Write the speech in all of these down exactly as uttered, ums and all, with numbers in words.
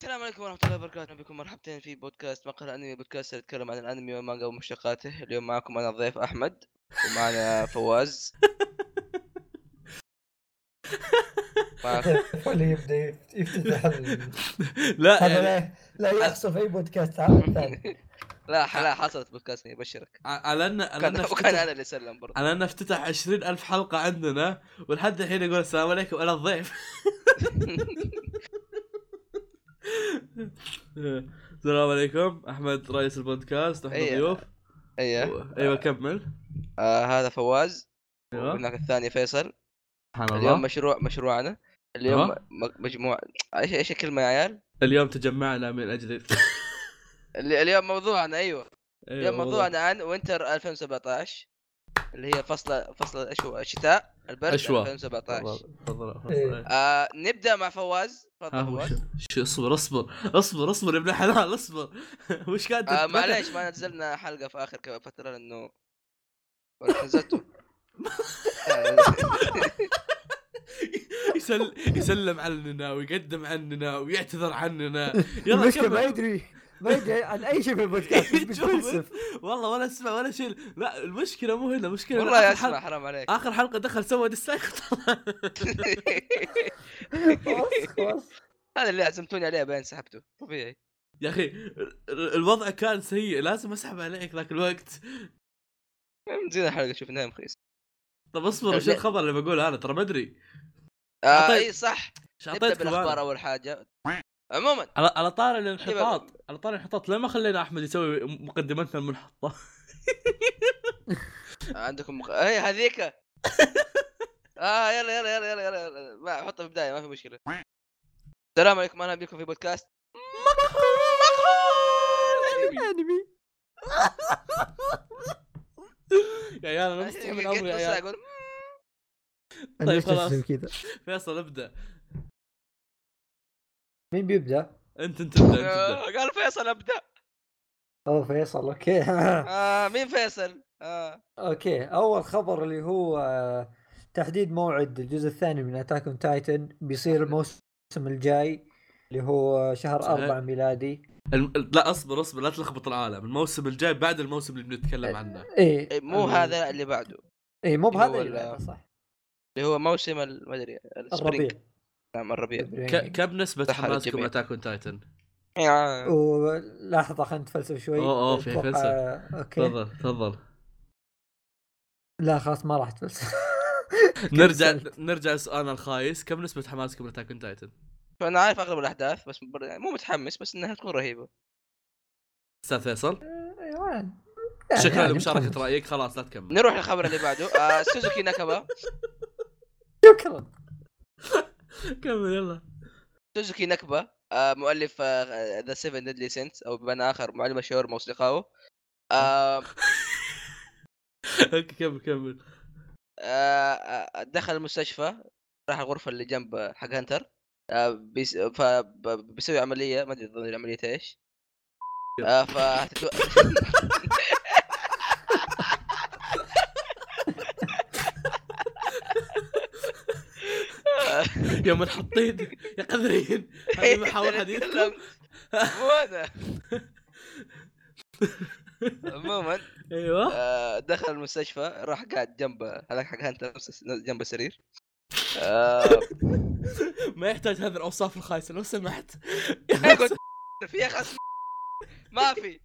السلام عليكم ورحمة الله وبركاته، بكم مرحبتين في بودكاست مقهى الأنمي، بودكاست يتكلم عن الأنمي والمانجا ومشتقاته. اليوم معكم أنا الضيف أحمد ومعنا فواز. معك ولا يبدأ يفت- يفتتح ال... لا هذا يعني لا, لا يحصل في أي بودكاست عام ثاني. لا لا حصلت بودكاست يبشرك. ع- على ان على كان ان وكان أنا افتتح اللي سلم برضه. على ان افتتح عشرين ألف حلقة عندنا ولحد الحين يقول السلام عليكم أنا الضيف. السلام عليكم أحمد رئيس البودكاست، احنا أيه. ضيوف. أيه ايوه كمل. آه هذا فواز ايوه وهناك الثاني فيصل. سبحان اليوم الله. مشروع مشروعنا اليوم أيوة. م- مجموعة. ايش ايش الكلمة يا عيال؟ اليوم تجمعنا من اجل اللي اليوم موضوعنا ايوه اليوم ايوه موضوعنا عن وينتر ألفين وسبعطعش اللي هي فصل فصل شو الشتاء البرد اشوا. ألفين وسبعطعش. تفضل تفضل إيه. تفضل. آه نبدأ مع فواز. تفضل ها هو فواز. شو شو اصبر اصبر اصبر اصبر يا ابن الحلال اصبر. وش كانت آه تتبقى؟ معليش ما نزلنا حلقة في آخر ك- فترة لأنه ولا نزلته. يسل... يسلم عننا ويقدم عننا ويعتذر عننا. يلا المشكلة ما كمل. يدري ما يدري عن أي شيء في البودكاست، بس شوف، بيتفلسف. والله ولا اسمع ولا شيء. لا المشكله مو هنا، المشكله والله يا آخر اسمع حلقة... حرام عليك. اخر حلقه دخل سوى ديسلايك. خلاص خلاص. هذا اللي عزمتوني عليه بين سحبته طبيعي. يا اخي الوضع كان سيء، لازم اسحب عليك ذاك الوقت. نزيد الحلقة شوفناها مخيس. طب اصبر، وش الخبر اللي بقوله انا؟ ترى ما ادري. آه شعطيت- اي صح. نبدأ شعطيتكم بالأخبار أنا. أول حاجة. عموما على على طار الانحطاط، على طار الانحطاط، ليه ما خلينا احمد يسوي مقدمتنا المنحطه؟ عندكم مخ... هي هذيك. اه يلا يلا يلا يلا يلا, يلا. ما حطها في البداية ما في مشكلة. السلام عليكم، اهلا بكم في بودكاست أنمي. يا عيال انا مستحي من عمري يا عيال. أقول أنا طيب ليش خلاص. تسوي كذا؟ فيصل ابدا. مين بيبدأ؟ انت انت ابدا انت آه، ابدا. قال فيصل ابدا. أوه فيصل. أوكي. آه مين فيصل؟ آه. أوكي، أول خبر اللي هو آه، تحديد موعد الجزء الثاني من أتاك أون تايتن بيصير الموسم الجاي اللي هو شهر صحيح. أربعة ميلادي. الم... لا اصبر اصبر لا تلخبط العالم. الموسم الجاي بعد الموسم اللي بنتكلم عنه. إيه إيه، مو ال- هذا اللي بعده إيه مو بهذا هو اللي ال- بعده، صح. اللي هو موسم ال- ما ادري السبرينج. الربيع. نعم الربيع. ك... كم نسبة سحر حماسكم الجميع. لأتاك أون تايتن؟ آه. ولحظة خلينا نتفلسف شوي. أوه أوه في أتوقع- فيصل. اوكي تفضل تفضل. لا خلاص ما راح تفلسف. نرجع كنسلت. نرجع سؤالنا الخايس، كم نسبة حماسكم لأتاك أون تايتن؟ فانا عارف اغلب الاحداث بس بر... يعني مو متحمس بس انها تكون رهيبه. أستاذ فيصل يعني شكرا يعني لمشاركة متحمس. رأيك، خلاص لا تكمل. نروح للخبر اللي بعده. آه سوزوكي ناكابا. شكرا. كمل يلا. سوزوكي ناكابا آه مؤلف ذا سيفن ديدلي سينس او بمعنى اخر معلم الشاورما واصدقائه. آه اوكي كمل كمل. آه دخل المستشفى، راح الغرفه اللي جنب حق هنتر. آه بيس... فبيسوي عمليه ما ادري ضمن العمليه ايش. آه فتتو... يا منحطين يا قذرين، هذه محاور حديثكم. مو هذا. عموما ايوه آه، دخل المستشفى، راح قاعد جنب هذاك حق هانتر جنب السرير. آه، ما يحتاج هذه الاوصاف الخايسه لو سمحت. قلت في خصم ما في.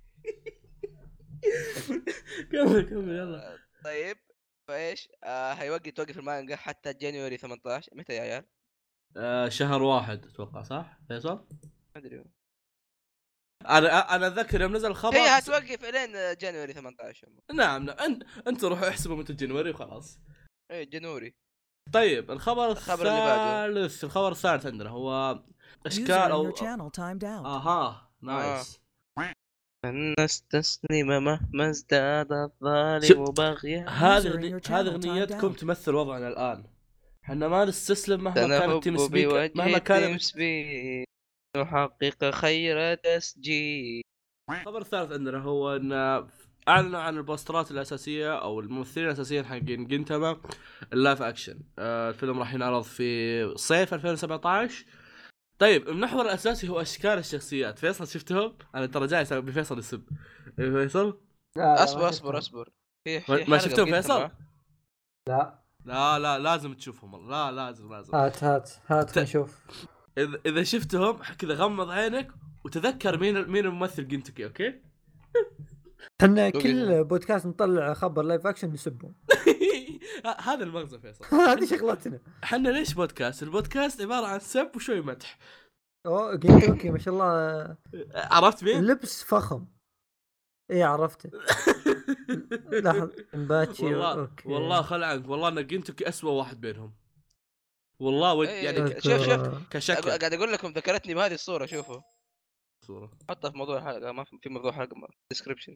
كمل كمل يلا. آه، طيب فايش آه، هيوقف توقف المانجا حتى جانيوري ثمانية عشر. متى يا عيال؟ آه شهر واحد اتوقع، صح فيصل؟ ما ادري. انا انا اتذكر يوم نزل الخبر هي هتوقف الين جانيوري ثمانية عشر. نعم نعم. انت انت روحوا احسبوا متى جنوري وخلاص. ايه جانوري. طيب الخبر الخبر اللي بعده. الثالث، الخبر الثالث عندنا هو اشكال User in او your channel timed out. اها نايس. أن نستسلم مهما ازداد الظالم شوف، بغيا. هذه User in غني... your channel هذه timed اغنيتكم out. تمثل وضعنا الان. احنا ما نستسلم مهما كان التيم سنهب سبيك، بوجه مهما كان تيم سبيك نحقق خير تسجيل. الخبر الثالث عندنا هو ان اعلنوا عن البوسترات الاساسيه او الممثلين الاساسيين حقين جنتاما اللايف اكشن. آه الفيلم راح ينعرض في صيف ألفين وسبعة عشر طيب المحور الاساسي هو اشكال الشخصيات. فيصل شفتهم؟ انا ترى جاي اسوي بفيصل السب. فيصل لا لا، اصبر ما اصبر شفتهم. اصبر في ما- في ما حلقة شفتهم بجنتما. فيصل؟ لا لا لا لازم تشوفهم والله. لا لازم لازم هات هات هات ت- خلينا نشوف. اذا اذا شفتهم كذا غمض عينك وتذكر مين مين الممثل جنتكي. اوكي. احنا وجهة كل بودكاست نطلع خبر لايف اكشن نسبهم. هذا المغزى فيصل. هذه شغلتنا. احنا ليش بودكاست؟ البودكاست عباره عن سب وشوي مدح. اوه جنتوكي ما شاء الله عرفت مين؟ اللبس فخم. ايه عرفته. لاحظ امباتشي. والله أوكي. والله خل عنك والله ان جنتكي اسوأ واحد بينهم والله. ود... إيه، يعني ك- شوف شوف أذكر. كشكل قاعد اقول لكم ذكرتني بهذه الصورة. شوفوا صورة. حطها في موضوع الحلقة. ما في في موضوع حلقة ديسكربشن.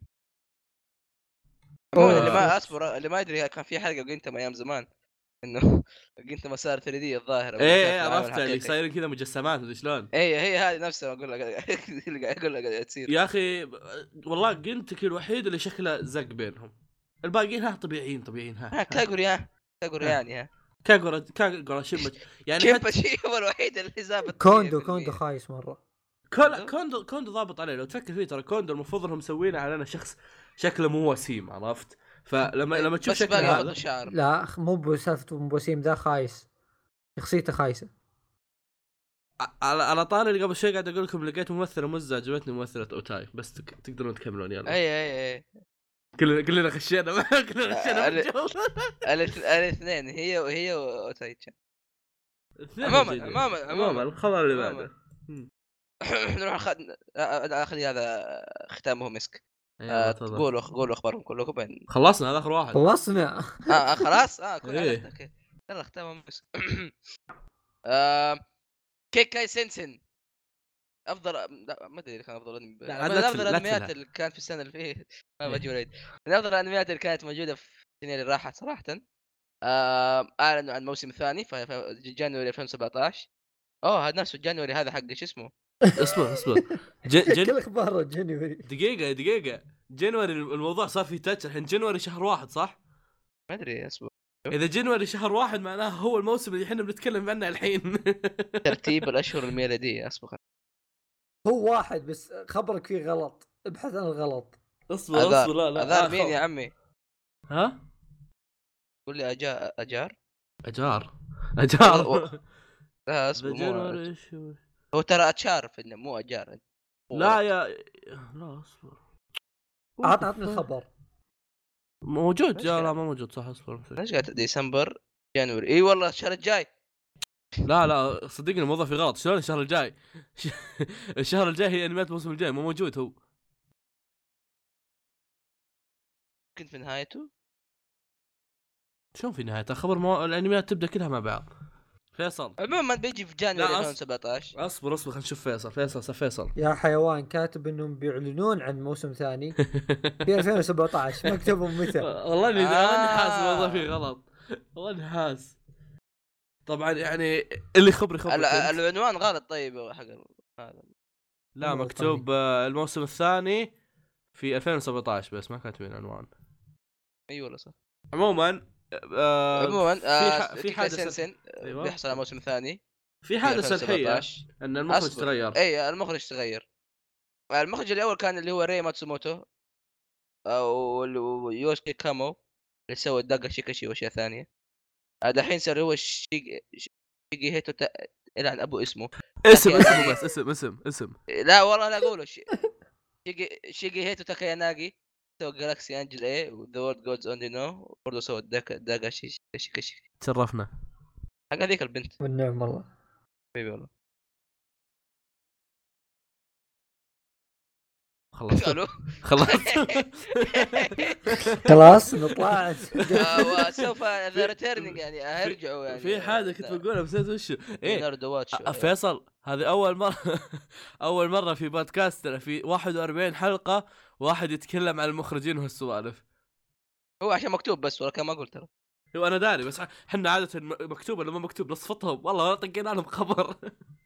أوه. اللي ما اصبر اللي ما يدري كان في حلقة جنتما ايام زمان انه جنتما صار ثري دي الظاهرة. ايه ايه عرفت اللي صايرين كذا مجسمات ودي شلون. اي هي هذه نفسها اقول لك اللي قاعد اقول لك قاعد تصير. يا اخي والله جنتكي الوحيد اللي شكله زق بينهم. الباقيين ها طبيعيين طبيعيين ها, ها ها. كاغوري ها كاغوري يعني ها كاغورا كاغورا شمت يعني كيف حتى الشيء هو الوحيد اللي زابط كوندو كوندو خايس مره. كولا كوندو كوندو ضابط عليه. لو تفكر فيه ترى كوندو المفروض انهم مسوينه على انا شخص شكله مو وسيم. عرفت؟ فلما لما تشوف بس باقي شكله ياخذ هذا الشعر. لا مو بسالفه وسيم ذا خايس، شخصيته خايسه. على على طاري اللي قبل شوي قاعد اقول لكم لقيت ممثله مزه عجبتني ممثله اوتاي. بس تك... تقدرون تكملون يلا. اي اي اي كلنا كلنا خشينا كلنا خشينا ال- بالجو. الاث- الاثنين هي وهي واوتايتشا. اثنين عموما جديدين. عموما عموما عموما الخبر اللي عموما. بعده نروح اخذ اخذ هذا ختامه مسك. يلا آه، تفضل. قولوا قولوا اخباركم كلكم بين. خلصنا هذا اخر واحد. خلصنا. آه, اه خلاص اه كل إيه. حلقة اوكي يلا ختامه مسك. آه كيكاي سينسن افضل. لا ما ادري كان افضل انمي. لا، من لا افضل تفل- لا الانميات تفلها. اللي كانت في السنه اللي فيه ما إيه. بجي وليد. من افضل الانميات اللي كانت موجوده في السنين اللي راحت صراحه. آه اعلنوا عن موسم ثاني في في جانوري ألفين وسبعطعش. اوه هذا نفسه جانوري هذا حق ايش اسمه. اصبر اصبر ج- جن... كل اخباره جنوري. دقيقة دقيقة جنوري الموضوع صار فيه تاتش الحين. جنوري شهر واحد صح؟ ما ادري اسمه. إذا جنوري شهر واحد معناه هو الموسم اللي احنا بنتكلم عنه الحين. ترتيب الاشهر الميلاديه اصبر. هو واحد بس خبرك فيه غلط، ابحث عن الغلط. اصبر أذار. اصبر لا لا اذار آه، مين خل- يا عمي؟ ها؟ قول لي أجا... اجار. اجار و- اجار لا ذا اصبر مو جنوري شو- هو ترى اتشار في النم، مو اجار. لا يا لا اصبر عطنا عطنا الخبر. موجود ليش يا لا قاعد- ما موجود صح. اصبر ليش قاعد ديسمبر جانوري؟ اي والله الشهر الجاي. لا لا صدقني الموضوع في غلط. شلون الشهر الجاي؟ الشهر الجاي هي انميات الموسم الجاي مو موجود هو. كنت في نهايته. شلون في نهاية الخبر؟ مو... الانميات تبدا كلها مع بعض. فيصل عموما بيجي في جانوري لا، أص- ألفين وسبعطعش. اصبر اصبر خلينا نشوف فيصل. فيصل فيصل يا حيوان كاتب انهم بيعلنون عن موسم ثاني في ألفين وسبعطعش، مكتوبهم متى؟ والله اني آه. والله اني حاسس الموضوع فيه غلط. والله اني حاسس. طبعا يعني اللي خبري خبري ال- كنت. العنوان غلط. طيب حق هذا لا والله مكتوب آه، الموسم الثاني في ألفين وسبعطعش بس ما كاتبين عنوان. اي والله صح. عموما آه عموما في آه ح... في في حادث سنسن أيوة. بيحصل على موسم ثاني في في حادث الحية ألفين وسبعطعش. ان المخرج أصبر. تغير. اي المخرج تغير. المخرج الاول كان اللي هو ري ماتسوموتو او يوشي كامو اللي سوى الداغا شيكاشي واشياء ثانيه. هذا الحين صار هو شيجي شيجي هيتو تا... الى ابو اسمه. اسم تاكي- اسمه بس اسم اسم اسم لا والله لا اقوله شي... شيجي شيجي هيتو تاكاياناغي سوى جالاكسي انجل اي وذا وورد جودز اونلي نو. برضه سوى الداغا داغا شيكاشي تشرفنا. حق هذيك البنت. والنعم والله. حبيبي والله. خلصت قالوا خلصت. خلاص نطلع. آه، وسوف ذا ريتيرنينج يعني هيرجعوا يعني. في حاجه كنت بقولها بس نسيت وش ايه. ليوناردو واتش. أ- فيصل هذه اول مره اول مره في بودكاستنا في واحد وأربعين حلقه واحد يتكلم عن المخرجين وهالسوالف. هو عشان مكتوب بس ولا كان ما قلت ترى. هو انا داري بس احنا عاده مكتوب ولا ما مكتوب نصفتهم والله ولا طقينا لهم خبر.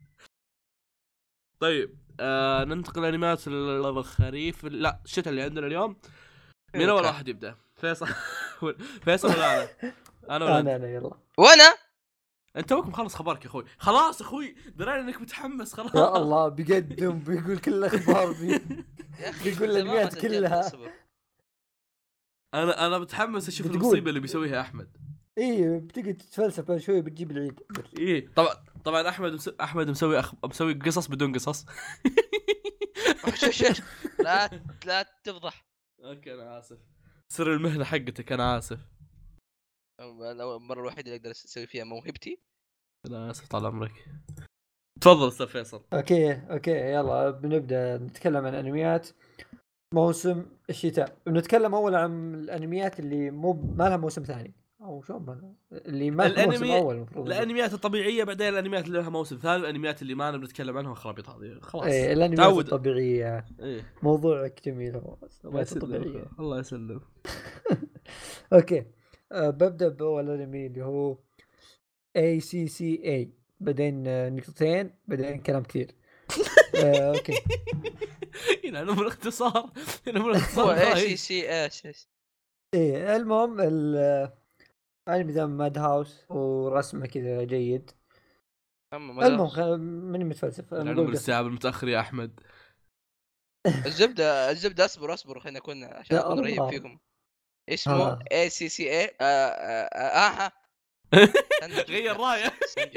طيب آه ننتقل لانميات الخريف. لا الشتاء اللي عندنا اليوم. مين اول واحد يبدا؟ فيصل. فيصل ولا انا؟ انا ولا انا أنت؟ انا يلا. وانا انت توك مخلص خبرك يا اخوي. خلاص اخوي دراني انك متحمس خلاص. يا الله بيقدم بيقول كل الاخبار بي... يا اخي بيقول أنت ما الانميات سجلت، كلها. اصبر. انا انا متحمس اشوف بتقول. المصيبه اللي بيسويها احمد. ايه بتجي تتفلسف شوي بتجيب العيد. ايه طبعا طبعا احمد مس... احمد مسوي أخ... مسوي قصص بدون قصص. شوف شوف لا لا تفضح. اوكي انا اسف، سر المهنه حقتك انا اسف. انا المره الوحيده اللي اقدر اسوي فيها موهبتي. انا اسف طال عمرك. تفضل استاذ فيصل. اوكي اوكي يلا بنبدا نتكلم عن انميات موسم الشتاء. بنتكلم اول عن الانميات اللي مو ما لها موسم ثاني او شو ما اللي ما لها موسم اول المفروض. الانميات الطبيعيه بعدين الانميات اللي لها موسم ثاني، الانميات اللي ما بنتكلم عنها خرابيط هذه خلاص. ايه الانميات تعود. الطبيعيه. ايه موضوعك جميل. الله الطبيعيه. يسلم الله يسلم. اوكي أه ببدا باول انمي اللي هو اي سي سي اي، بعدين آه، نقطتين بعدين كلام كثير. آه، اوكي هنا من الاختصار هنا من هو الاختصار اي سي رهيب. سي اس. ايه المهم الانمي ذا ماد هاوس ورسمه كذا جيد. المهم خ... ماني متفلسف يعني نقول من قصة. الساعه المتاخر يا احمد. الزبده الزبده اصبر اصبر خلينا نكون عشان يا اكون رهيب الله. فيكم. اسمه آه. اي سي سي اي. اها غير رايه.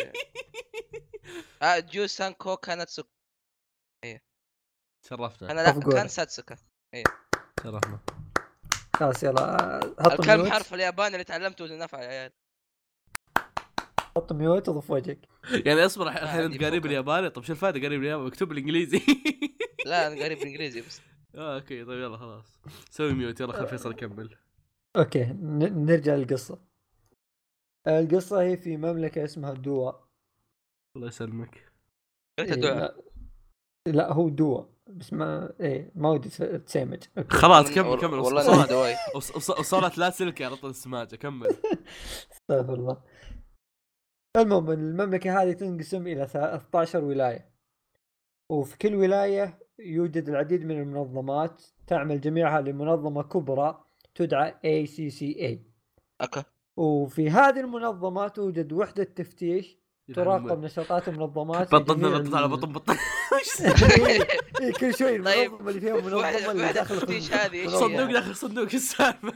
اه جو سانكو كانت سك... شرفنا انا لا أفقول. كان ساتسوكا. شرفنا. خلاص يلا حط الكلام ميوت. حرف الياباني اللي تعلمته نفع يا عيال. حط ميوت وضف وجهك. يعني اصبر الحين عادي انت قريب فوقها. الياباني. طب شو الفائده قريب الياباني مكتوب بالانجليزي. لا انا قريب بالانجليزي بس. اه اوكي طيب يلا خلاص سوي ميوت يلا خل فيصل يكمل. اوكي ن... نرجع للقصة. القصة هي في مملكة اسمها دوا. الله يسلمك. قلت إيه دعاء. لا... لا هو دوا بس ما ايه ما ودي تسامج. اوكي خلاص والله- كمل كمل والله وصلت انا دواي. وص- وص- وصلت لا سلك يا رطل السماجه كمل. استغفر الله. المهم المملكة هذه تنقسم إلى ثلاثة عشر ولاية، وفي كل ولاية يوجد العديد من المنظمات تعمل جميعها لمنظمة كبرى تدعى إيه سي سي إيه. اوكي. وفي هذه المنظمة توجد وحدة تفتيش تراقب نشاطات المنظمات في بطل جميع بطل على ال- بطل بطل. إيه، إيه، كل شوي طيب، المنظمة اللي فيها منظمة وحدة- اللي وحدة داخل التفتيش هذه إيش هي؟ صندوق داخل صندوق ايش السالفه؟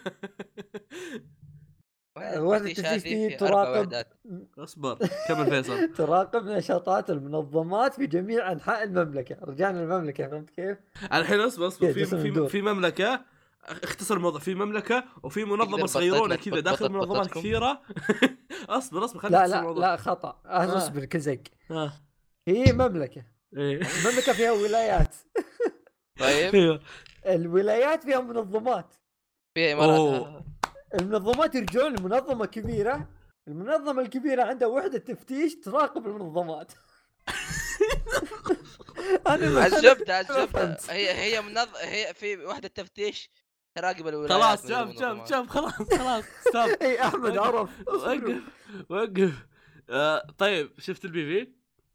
وحدة التفتيش دي هذه أربع تراقب وحدات. اصبر كمل فيصل. تراقب نشاطات المنظمات في جميع أنحاء المملكة. رجعنا المملكة فهمت كيف؟ الحين اصبر اصبر في جسم في الدور. في مملكه. اختصر الموضوع في مملكه وفي منظمه تقدر صغيرونه بطل- كذا داخل بطل- منظمات بطلتكم؟ كثيره. اصبر اصبر خلينا لا نختصر لا الموضوع. لا خطأ. آه. اصبر كزق. آه. هي مملكة. ايه المملكة فيها ولايات. طيب ايوه الولايات فيها منظمات. فيها امارات. أوه. المنظمات يرجعون لمنظمة كبيرة. المنظمة الكبيرة عندها وحدة تفتيش تراقب المنظمات. انا ما- الزبده ما الزبده فهمت. هي هي منظ... هي في وحده تفتيش تراقب الولايات. خلاص من شاف شاف المنظمات. شاف خلاص خلاص ستوب. اي احمد عرف. وقف وقف. آه طيب شفت البي في؟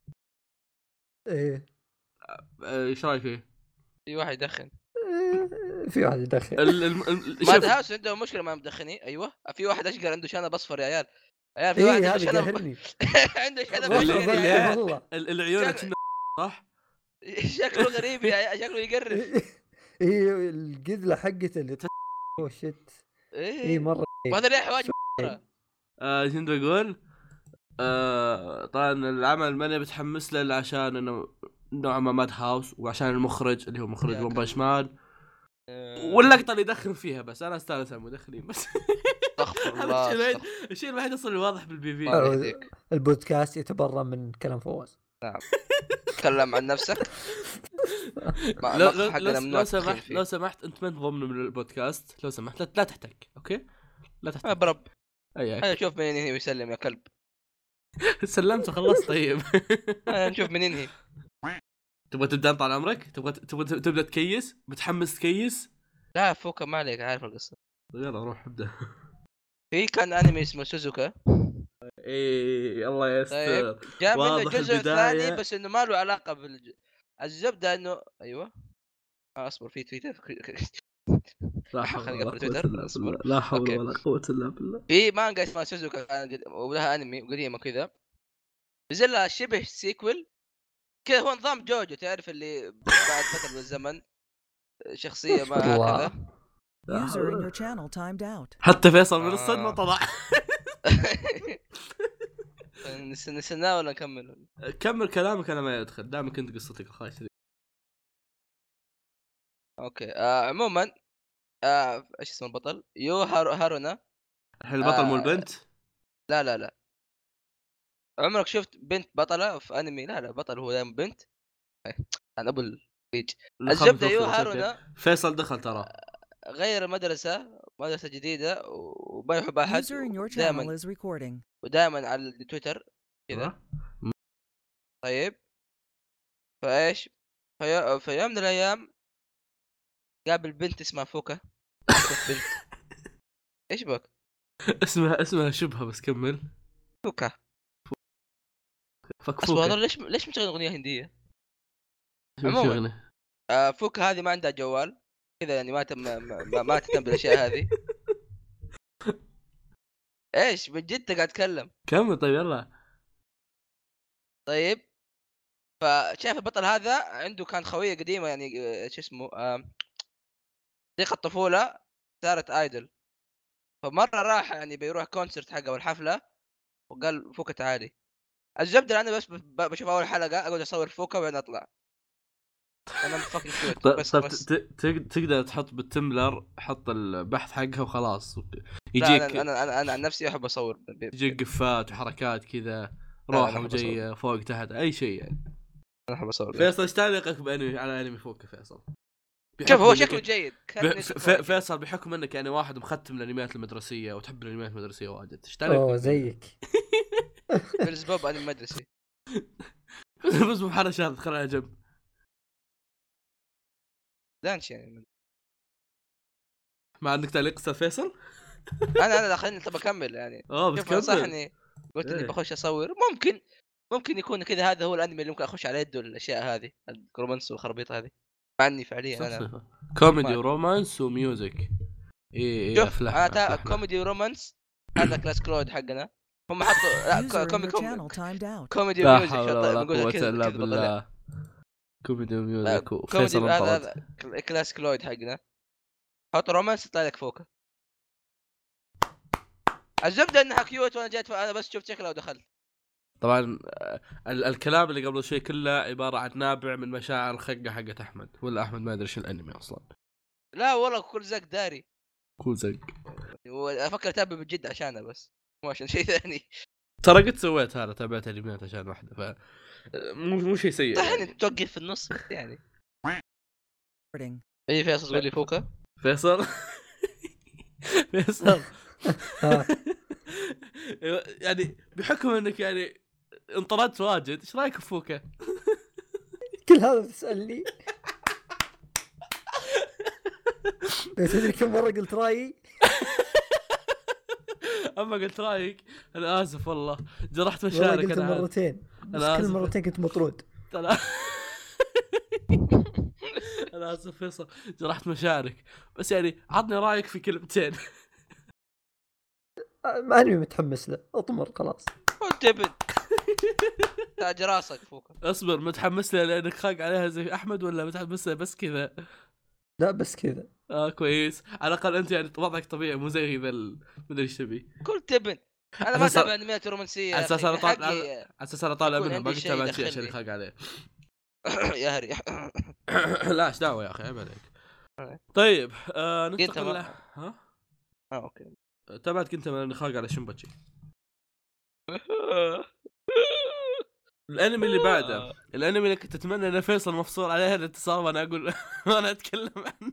ايه آه، ايش رايك فيه؟ في واحد يدخن. إيه، في واحد يدخل. ال- الم- ال- ماد شوف هاوس عنده مشكله مع مدخنين. ايوه في واحد اشقر عنده شنب اصفر يا عيال. عيال في واحد ايه عنده هذا شنب قهرني. عنده شنب اللي- أشقر يا اللي- عيال. والله ال- العيون كنا صح؟ شكله غريب يا عيال، شكله يقرف. ايه القذله حقته اللي اوه شت. ايه ايه مره. وهذا ليه حواجب. آه شنو بقول؟ آه طبعا العمل ماني متحمس له إلا عشان انه نوع ما ماد هاوس وعشان المخرج اللي هو مخرج يا ون كلب. بانش مان آه، واللقطه اللي يدخن فيها. بس انا استانس على المدخنين بس. استغفر هذا الله. الشيء الوحيد استغفر الشيء الوحيد اصلا الواضح بالبي في. الله يهديك. البودكاست يتبرى من كلام فواز. تكلم عن نفسك. ما لو, ما لو, حقنا لو, ممنوع لو التدخين سمحت فيه. لو سمحت انت ما انت ضمن من البودكاست. لو سمحت لا, لا تحتك اوكي لا آه، تحتك. برب اي انا نشوف من ينهي ويسلم يا كلب. سلمت وخلصت. طيب آه، نشوف من ينهي. تبغى تبدا طال عمرك؟ تبغى تبغى تبدا تكيس؟ متحمس تكيس؟ لا فوق ما عليك عارف القصه. يلا روح ابدا. في كان انمي اسمه سوزوكا. ايه الله يستر. طيب جاء منه واضح الجزء البداية. الثاني بس انه ما له علاقه بالج... الزبده انه ايوه آه اصبر في تويتر. لا حول خليني ولا أقفل قوة تويتر. الا اصبر. بالله. لا حول أوكي. ولا قوة الا بالله. في مانجا اسمها سوزوكا كان قد- ولها انمي قديمه كذا. نزل لها شبه سيكول كذا، هو نظام جوجو تعرف اللي بعد فترة من الزمن شخصية ما الله. هكذا. User in your channel timed out. حتى فيصل من الصدمة آه. طلع. نس- نسناه ولا نكمل؟ كمل كلامك انا ما يدخل دامك انت قصتك الخايسة. اوكي آه عموما آه ايش اسم البطل؟ يو هارو هارونا. الحين البطل مو آه. البنت. لا لا لا، عمرك شفت بنت بطلة في انمي؟ لا لا، بطل هو دائما بنت. انا ابو البيج. اللي الزبدة خاف يو يدخل، بس أوكي. هارونا فيصل دخل ترى. غير مدرسة مدرسة جديدة وما يحب احد، User in your channel ودائما is recording. ودائما على التويتر كذا. ها؟ طيب فايش في... في يوم من الايام قابل بنت اسمها فوكا. بنت ايش بك؟ اسمها اسمها شبهه، بس كمل. فوكا. فك اصبر فوكا. ليش ليش مشغل اغنيه هنديه؟ شو عموماً. شغله؟ آه فوكا هذه ما عندها جوال كذا يعني، ما تم ما, ما, ما تهتم بالاشياء هذه. ايش بجد قاعد اتكلم؟ كمل طيب يلا. طيب فشايف البطل هذا عنده كان خويه قديمه يعني آه، شو اسمه آه، صديقة الطفوله صارت ايدل. فمره راح يعني بيروح كونسرت حقه والحفله، وقال فوكا تعالي. الزبده انا بس ب- بشوف اول حلقه اقعد اصور فوكا وبعدين اطلع. انا فاكين كيوت طيب بس طيب بس ت- ت- تقدر تحط بالتمبلر، حط البحث حقها وخلاص. لا يجيك انا انا انا, أنا عن نفسي احب اصور ب- ب- يجيك قفات وحركات كذا، لا، روحه أنا أحب وجايه فوق تحت اي شيء يعني. انا احب اصور. فيصل ايش تعليقك بانمي على انمي فوق فيصل؟ شوف هو بحكم إنك- شكله جيد كان ب- نفسه ف- كويس. فيصل بحكم انك يعني واحد مختم الانميات المدرسيه وتحب الانميات المدرسيه واجد، ايش تعليقك؟ اوه زيك. فيلز بوب انمي مدرسي. بس مو حاله شاذ، خليها جنب. دانش يعني. ما عندك تعليق استاذ فيصل؟ انا انا دخلني طب اكمل يعني. اه بس شوف كمل. نصحني قلت اني إيه. بخش اصور، ممكن ممكن يكون كذا هذا هو الانمي اللي ممكن اخش على يده الاشياء هذه الرومانس والخرابيط هذه. مع اني فعليا انا كوميدي ورومانس وميوزك. اي اي شوف افلح انا تا... أفلح. كوميدي ورومانس هذا كلاس كلود حقنا. هم حطوا لا User كو- in كومي your كومي channel timed out. كوميدي لا وميوزك. حول شو ولا نقول قوة كذا الا كذا بطلع. بالله. كوميدي لا، وميوزك كوميدي وفيصل هذا انطرد. هذا كل- كلاس كلود حقنا. حط رومانس يطلع لك فوق. الزبده انها كيوت وانا جيت انا بس شفت شكلها ودخلت. طبعا آه، ال- الكلام اللي قبل شوي كله عبارة عن نابع من مشاعر الخقة حقت احمد، ولا احمد ما ادري شو الانمي اصلا. لا والله كل زق داري. كول زق. وافكر اتابع بجد عشانه بس مو عشان شيء ثاني. ترى قد سويت هذا، تابعت انميات عشان واحدة، ف مو مو شيء سيء صح يعني. انك توقف في النص يعني. Recording. اي فيصل تقول لي فوكا. فيصل فيصل ها. يعني بحكم انك يعني انطردت واجد، ايش رايك في فوكا؟ كل هذا تسألني؟ تدري كم مرة قلت رأيي؟ اما قلت رايك انا اسف والله، جرحت والله مشاعرك. قلت انا عارف. مرتين، بس أنا كل آسف. مرتين كنت مطرود. انا انا اسف فيصل، جرحت مشاعرك، بس يعني عطني رايك في كلمتين. ما اني متحمس له، اطمر خلاص. قلت ابن تاج راسك فوكا. اصبر، متحمس لها لانك خاق عليها زي احمد، ولا متحمس لها بس كذا؟ لا بس كذا. اه كويس، على الاقل انت يعني وضعك طبيعي، مو زي ذا ال- مدري ايش تبي. قلت ابن انا ما أساس- اتابع انميات رومانسيه. على يا اساس أخي. انا طالع حقي- على اساس انا طالع يكون منها، عندي ما قلت شيء تابعت شيء عشان يدخلني. يخاق عليه. يا هري. لا ايش دعوه يا اخي، عيب عليك. طيب آه قلت ننتقل ما- ل... ها اه اوكي. تابعت كنت من خاق على شمباتشي. الانمي اللي بعده، الانمي اللي كنت اتمنى ان فيصل مفصول عليه الاتصال وانا اقول وانا اتكلم عنه.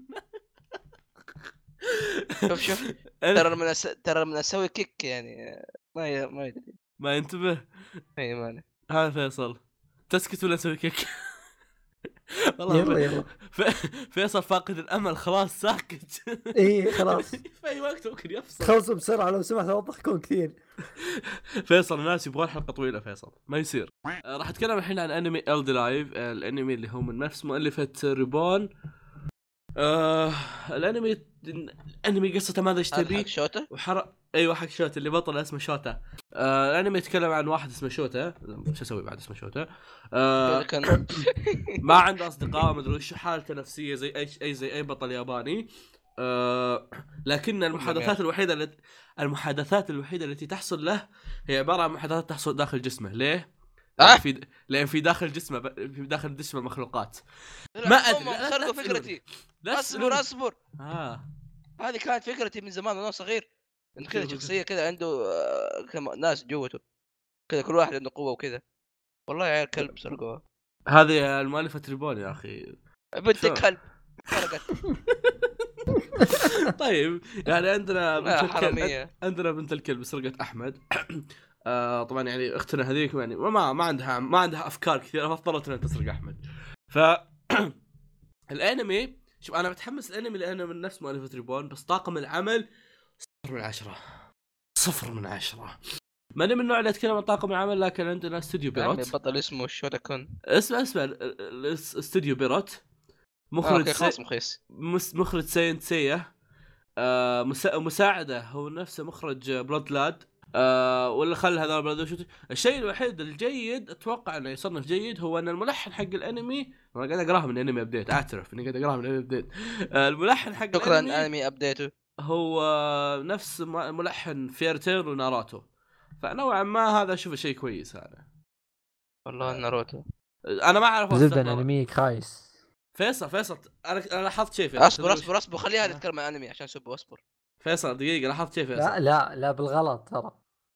شوف شوف ترى من أس... ترى من اسوي كيك يعني ما ي... ما يدري. ما ينتبه. اي ماني. ها فيصل تسكت ولا اسوي كيك؟ والله يلا يلا. ف... فيصل فاقد الامل، خلاص ساكت. ايه خلاص في اي وقت ممكن يفصل. خلصوا بسرعة لو سمحت، لا تضحكون كثير. فيصل الناس يبغون حلقه طويله، فيصل ما يصير. آه، راح اتكلم الحين عن انمي إلدي لايف، الانمي اللي هو من نفس مؤلفه ريبون. آه الانمي الانمي قصته ماذا ايش هذا تبي حق شوتا وحرق. ايوه حق شوتا اللي بطل اسمه شوتا. آه الانمي يتكلم عن واحد اسمه شوتا. شو اسوي بعد اسمه شوتا؟ آه كان ما عنده اصدقاء ما ادري وش حالته نفسيه زي اي اي زي اي بطل ياباني. آه لكن المحادثات الوحيده التي المحادثات الوحيده التي تحصل له هي عباره عن محادثات تحصل داخل جسمه. ليه؟ أه؟ لأن في لان في داخل جسمه ب... في داخل جسمه مخلوقات. ما أدري، لا- لا خلقوا تسألوني. فكرتي لا اصبر تسألوني. اصبر اه هذه كانت فكرتي من زمان وانا صغير انه كذا شخصيه كذا عنده آه، كم ناس جوته كذا كل واحد عنده قوه وكذا والله يا عيال كلب سرقوها هذه المؤلفه تريبون يا اخي. بنت شو؟ كلب سرقت طيب يعني عندنا بنت لا الكلب حراميه عندنا بنت الكلب سرقت احمد. آه طبعا يعني اختنا هذيك يعني ما ما عندها ما عندها افكار كثيره فاضطرت انها تسرق احمد. ف الانمي شوف انا متحمس الانمي لانه من نفس مؤلفة ريبون بس طاقم العمل صفر من عشرة. صفر من عشرة. ماني من النوع اللي اتكلم عن طاقم العمل لكن عندنا استوديو عمي بيروت. بطل اسمه شوتا كون اسمع اسمع ال- ال- استوديو بيروت آه، مخرج اوكي خلاص سي... مخيس مس... مخرج ساينت سيا. آه مسا... مساعده هو نفسه مخرج بلود لاد. آه ولا خل هذا بلود شو الشيء الوحيد الجيد اتوقع انه يصنف جيد هو ان الملحن حق الانمي انا قاعد اقراها من انمي ابديت اعترف اني قاعد اقراها من انمي ابديت. آه الملحن حق شكرا الانمي انمي ابديته هو نفس م- ملحن فيرتيل وناراتو فنوعا ما هذا اشوفه شيء كويس. هذا والله ناروتو انا ما اعرف زبده أصلاً. انميك خايس. فيصل فيصل انا أنا لاحظت شيء فيصل اصبر اصبر اصبر خليها آه. تتكلم عن انمي عشان سب اصبر فيصل دقيقه لاحظت شيء فيصل. لا لا لا بالغلط ترى.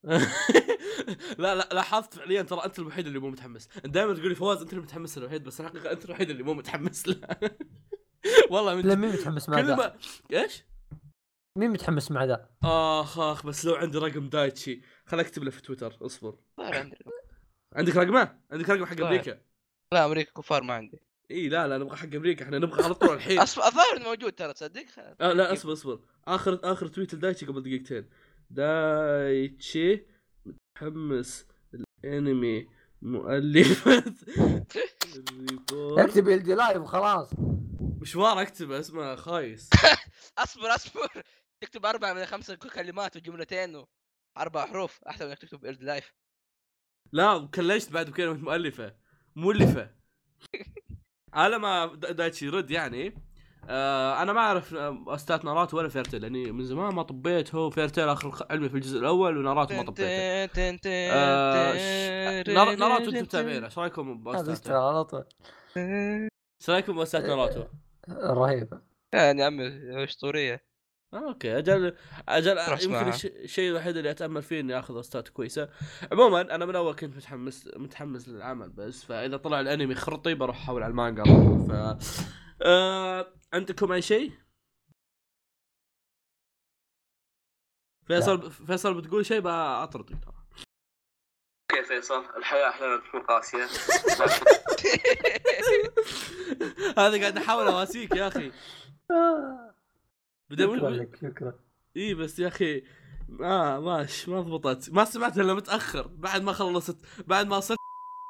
لا لا لاحظت فعليا ترى انت الوحيد اللي مو متحمس. دائما تقول لي فواز انت اللي متحمس له الوحيد بس الحقيقه انت الوحيد اللي مو متحمس له. والله من لا مين متحمس مع كل ذا؟ ما ايش مين متحمس مع ذا؟ اخ اخ بس لو عندي رقم دايتشي خل اكتب له في تويتر اصبر. ظاهر عندي عندك رقمه عندك رقم حق طيب. امريكا. لا امريكا كفار ما عندي اي لا لا نبغى حق امريكا احنا نبغى على طول الحين. اصبر الظاهر إنه موجود ترى تصدق آه لا اصبر اصبر اخر اخر تويت لدايتشي قبل دقيقتين. دايتشي متحمس الانمي مؤلفة ريبورت. اكتب ال دي لايف وخلاص. مشوار اكتبه اسمه خايس. اصبر اصبر تكتب اربع من خمسة كلمات وجملتين واربع حروف احسن من انك تكتب إلد لايف. لا كلشت بعد بكلمة مؤلفة مؤلفة. على ما دا- دايتشي رد يعني آه انا ما اعرف استاذ ناراتو ولا فيرتيل لاني من زمان ما طبيت. هو فيرتيل اخر خ- علمي في الجزء الاول وناراتو ما طبيته. آه ش... نار... ناراتو انتم متابعين ايش رايكم هذا باستاذ؟ اشتغل على طول. ايش رايكم باستاذ ناراتو؟ رهيبه. يعني عمي اسطوريه. آه، اوكي اجل اجل روح يمكن اسمعها. الش- الشيء الوحيد اللي اتامل فيه اني اخذ استات كويسه. عموما انا من اول كنت متحمس متحمس للعمل بس فاذا طلع الانمي خرطي بروح احول على المانجا على طول. ف آه... عندكم اي شيء؟ فيصل فيصل بتقول شيء بأطردك ترى. اوكي فيصل الحياه احيانا تكون قاسيه. هذا قاعد احاول اواسيك يا اخي. بدي شكرا اقول لك شكرا. اي بس يا اخي ما ماش ما ضبطت ما سمعت الا متاخر بعد ما خلصت بعد ما صرت.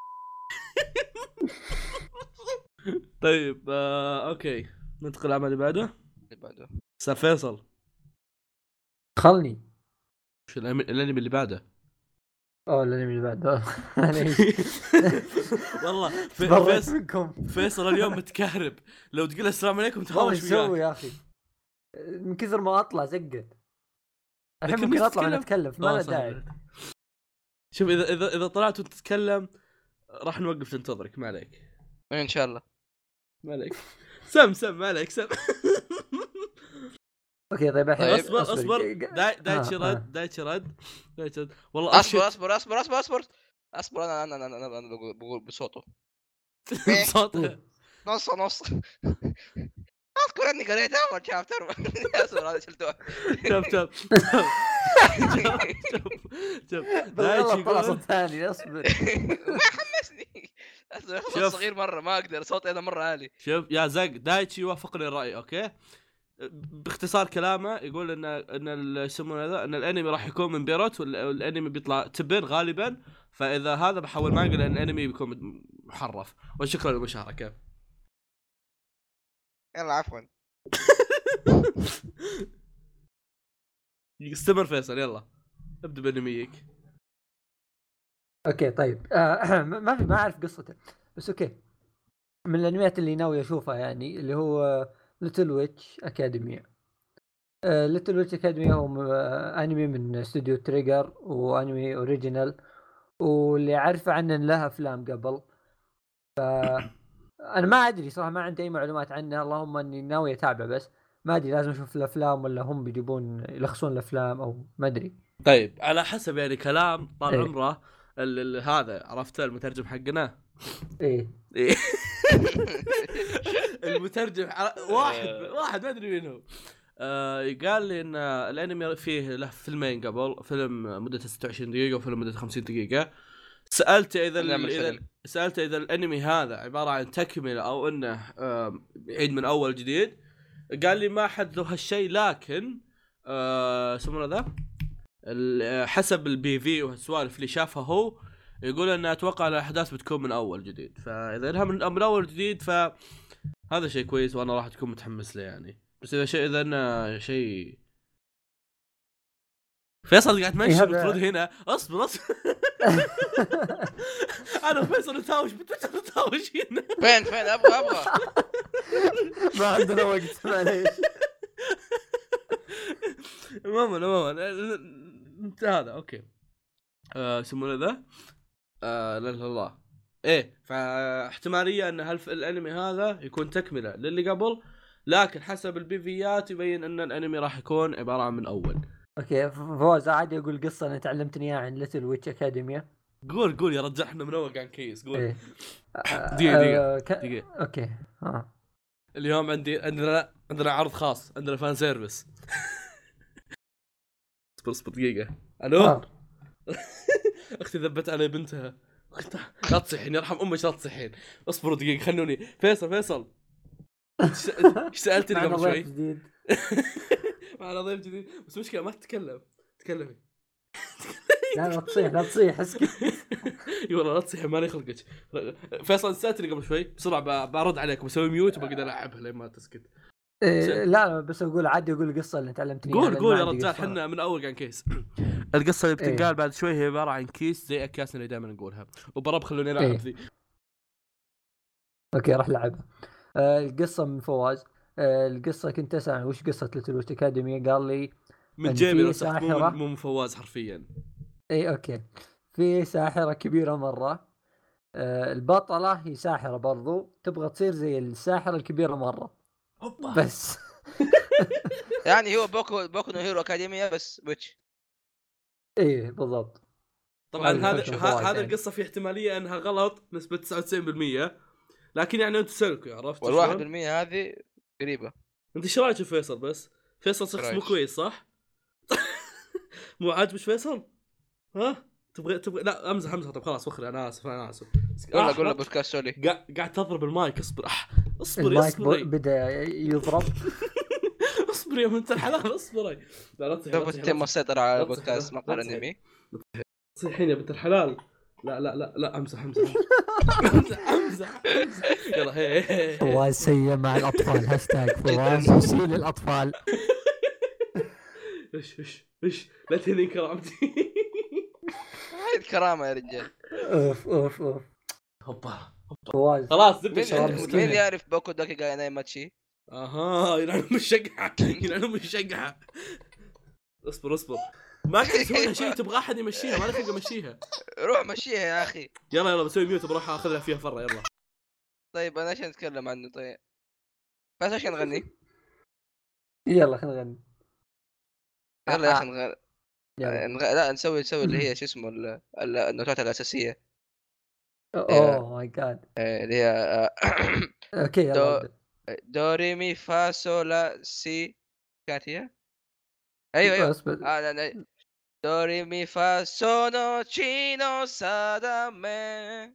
طيب آه، اوكي ننتقل للعمل اللي بعده. اللي بعده استاذ فيصل خلني. وش الأنمي- الانمي اللي بعده؟ اوه الانمي اللي بعده. معليش. والله في- تبرأت فيصل منكم. فيصل اليوم متكهرب لو تقول السلام عليكم والله تهاوش ايش اسوي وياك. يا اخي؟ من كثر ما اطلع زقت. الحين لكن ممكن مش اطلع وانا تتكلم. اتكلم ما آه، له صح. داعي. شوف اذا اذا اذا طلعت وتتكلم راح نوقف ننتظرك ما عليك ان شاء الله. ما عليك سم سم ما عليك سم. اوكي طيب الحين طيب، اصبر اصبر داي دايتشي آه، آه. رد دايتشي رد دايتشي رد والله اصبر اصبر اصبر اصبر اصبر اصبر انا انا انا انا, أنا بقول- بقول بصوته صوته نص نص. اذكر اني قريت اول شابتر. اصبر هذا شلته. شوف شوف شوف شوف بالغلط طلع يقول- صوت ثاني. اصبر. ما حمسني. اصبر شوف. صوت صغير مره ما اقدر صوتي انا مره عالي. شوف يا زق دايتشي يوافقني الراي اوكي. باختصار كلامه يقول ان ان ال- يسمونه هذا ان الانمي راح يكون من بيروت وال- والانمي بيطلع تبن غالبا. فاذا هذا بحول مانجا لان الانمي بيكون محرف. وشكرا للمشاركه. يلا عفوا. استمر فيصل يلا ابدا بانميك. اوكي طيب آه ما في ما اعرف قصته بس اوكي. من الانميات اللي ناوي اشوفها يعني اللي هو ليتل ويتش اكاديميا. ليتل ويتش اكاديميا هو م- آه، انمي من استوديو تريجر وانمي اوريجينال، واللي عارفه عنه إن له افلام قبل. ف انا ما ادري صراحه، ما عندي اي معلومات عنه، اللهم اني ناوي اتابعه بس ما ادري لازم اشوف الافلام ولا هم بيجيبون يلخصون الافلام او ما ادري. طيب على حسب يعني كلام طال إيه. عمره ال- ال- هذا عرفت المترجم حقنا ايه إيه. المترجم ع- واحد واحد ما ادري مين هو. آه قال لي ان الانمي فيه له فيلمين قبل، فيلم مدته ستة وعشرين دقيقه وفيلم مدته خمسين دقيقه. سالته اذا ال- نعمل اذا فيلم. سالته اذا الانمي هذا عباره عن تكمله او انه آه يعيد من اول جديد. قال لي ما حددوا هالشيء، لكن آه اسمه ذا ال- حسب البي في والسوالف اللي شافها هو يقول ان اتوقع الاحداث بتكون من اول جديد، فاذا انها من, من اول جديد فهذا شيء كويس وانا راح تكون متحمس له يعني. بس اذا شيء اذا انه شيء فيصل قاعد تمشي إيه وترد هذا- هنا اصبر اصبر. انا فيصل نتهاوش بتويتر نتهاوش هنا. فين فين ابغى ابغى ما عندنا وقت معليش. عموما عموما انت هذا اوكي. آه يسمونه ذا آه لا لا الله ايه، فاحتماليه ان هالف الانمي هذا يكون تكمله للي قبل، لكن حسب البي فيات يبين ان الانمي راح يكون عباره عن من اول. اوكي ف- فواز عادي اقول قصه انا تعلمتني اياها عن ليتل ويتش اكاديميا. قول قول يا رجال احنا من اول قاعد نكيس قول. ايه دقيقة دقيقة آه، ك- دقيقة. اوكي ها اليوم عندي عندنا عندنا عرض خاص، عندنا فان سيرفيس. اصبر اصبر دقيقة. الو آه. اختي ذبت علي بنتها. لا تصيحين يرحم امك لا تصيحين. اصبروا دقيقة خلوني. فيصل فيصل ايش ايش سألتني معنا قبل ضيف شوي؟ جديد. معنا ضيف جديد بس مشكلة ما تتكلم. تكلمي. لا لا تصيح لا تصيح اسكت. اي والله لا تصيحي ماني خلقك. فيصل سألتني قبل شوي بسرعة ب- برد عليك بسوي ميوت وبقدر العبها لين ما تسكت. إيه لا بس اقول عادي اقول القصه اللي تعلمتني قول إياها، قول يا لأن ما عندي رجال قصة. حنا من اول قاعد كيس. القصه اللي بتنقال إيه. بعد شوي هي عباره عن كيس زي اكياسنا اللي دائما نقولها، وبرب خلوني العب إيه. ذي. اوكي راح لعبها. آه القصه من فواز. آه القصه كنت اسال وش قصه ليتل ويتش اكاديميا، قال لي من إن جيبي في لو سمحت، مو ساحرة. من مو من فواز حرفيا. اي اوكي. في ساحره كبيره مره. آه البطله هي ساحره برضو تبغى تصير زي الساحره الكبيره مره هوبا بس. يعني هو بوكو بوكو نو هيرو اكاديميا بس ويتش. ايه بالضبط. طبعا هذا هذا الفرق ه- الفوائد هذا يعني. القصه في احتماليه انها غلط نسبه تسعة وتسعين بالمية، لكن يعني انت سلكوا عرفت والواحد شلون؟ بالمية هذه قريبة. انت ايش رايك في فيصل؟ بس فيصل شخص مو رايك؟ كويس صح؟ مو عاجبك فيصل؟ ها تبغى تبغى لا امزح امزح. طب خلاص وخري انا اسف انا اسف. قول له آه، قول له لا. بودكاست سولي. قاعد قاعد تضرب المايك. اصبر أح. اصبري المايك ب- اصبري بدا يضرب. اصبري يا بنت الحلال اصبري. لا لا تصيحي لا شوف تصيحي تم لا السيطرة على لا تصيحي، البودكاست لا مقال تصيحي. انمي. تصيحين يا بنت الحلال. لا لا لا لا امزح امزح امزح امزح امزح. يلا هي هي هي فواز سيء مع الاطفال. هاشتاج فواز يسيء للاطفال. ايش ايش ايش لا تهنين كرامتي. هاي الكرامة يا رجال. اوف اوف اوف هوبا فواز. خلاص زبده مين شباب شغل. مسكين. مين يعرف بوكو داكي جاي ناي ماتشي؟ اها يلعن ام الشقعه يلعن ام الشقعه. اصبر اصبر ما قاعد اسوي لها شيء تبغى احد يمشيها ما لك امشيها. روح مشيها يا اخي. يلا يلا بسوي ميوت بروح اخذها فيها فره يلا. طيب انا عشان اتكلم عنه طيب بس عشان نغني. يلا خلينا نغني. يلا يا اخي نغ... يلا. نغ... لا نسوي نسوي اللي هي شو اسمه ال- ال- النوتات الاساسيه اوه ماي جاد. آه، اللي هي آه، اوكي يلا دو ابدا. دو ري مي فا سو لا سي كانت هي. ايوه ايوه اصبر. آه لا لا. دو ري مي فا سو نو تشي نو سا دا مي.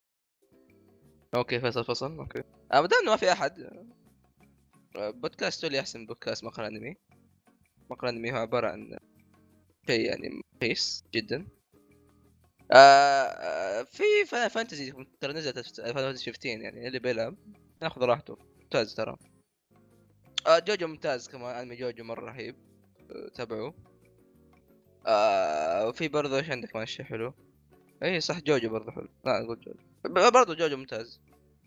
اوكي فصل فصل اوكي. آه، ما دام ما في احد آه، بودكاست اللي احسن بودكاست مقال انمي. مقال انمي هو عباره عن شيء يعني رخيص جدا. آه آه، في فان فانتزي ترى نزلت في ألفين وخمسة عشر يعني اللي بيلعب ياخذ راحته ممتاز ترى. آه جوجو ممتاز كمان، انمي جوجو مره رهيب. آه تابعوه. آه وفي برضه ايش عندك ماشي حلو. اي صح جوجو برضه حلو، لا نقول جوجو ب- برضه جوجو ممتاز.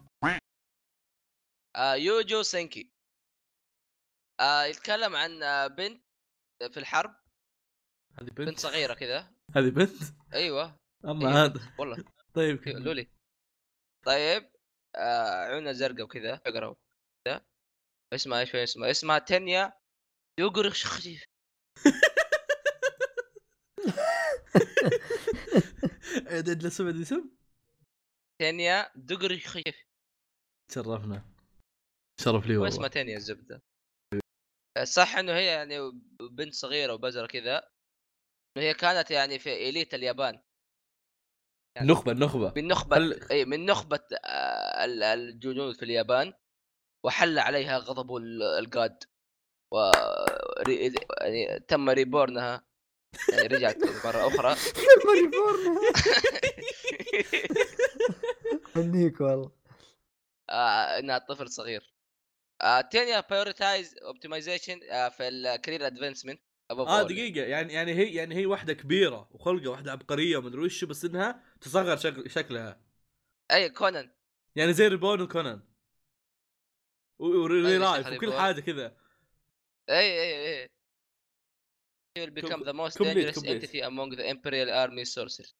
آه يوجو سينكي. آه يتكلم عن آه بنت في الحرب، هذه بنت بنت صغيره كذا. هذه بنت ايوه اما ايوه هذا بنت. والله طيب أيوة كمل. لولي. طيب آه عيونها زرقاء وكذا اقرا كذا. اسمها ايش اسمها اسمها تنيا يوغرش خفيف. عدد لسه بدي اسم تنيا دغري خفيف. تشرفنا، شرف لي واسمها والله. تنيا الزبده. صح انه هي يعني بنت صغيره وبزره كذا. هي كانت يعني في إليت اليابان، يعني النخبه النخبه من نخبة خل... اي من نخبة آه، ال- الجنود في اليابان. وحل عليها غضب ال- القاد و ري- يعني تم ريبورنها، يعني رجعت مرة أخرى. لما ريبورن هنيك والله. آه، إنها طفل صغير. آه، تانية prioritize optimization آه، في الكارير ادفانسمنت. اه دقيقه، يعني يعني هي يعني هي واحده كبيره وخلقه واحده عبقريه ومدري وش، بس انها تصغر شكل شكلها، اي كونان. يعني زي ريبون وكونان وري اي لايف شكل وكل ريبورن. حاجه كذا. اي اي اي He will become the most كومبليت dangerous كومبليت entity among the Imperial Army sources.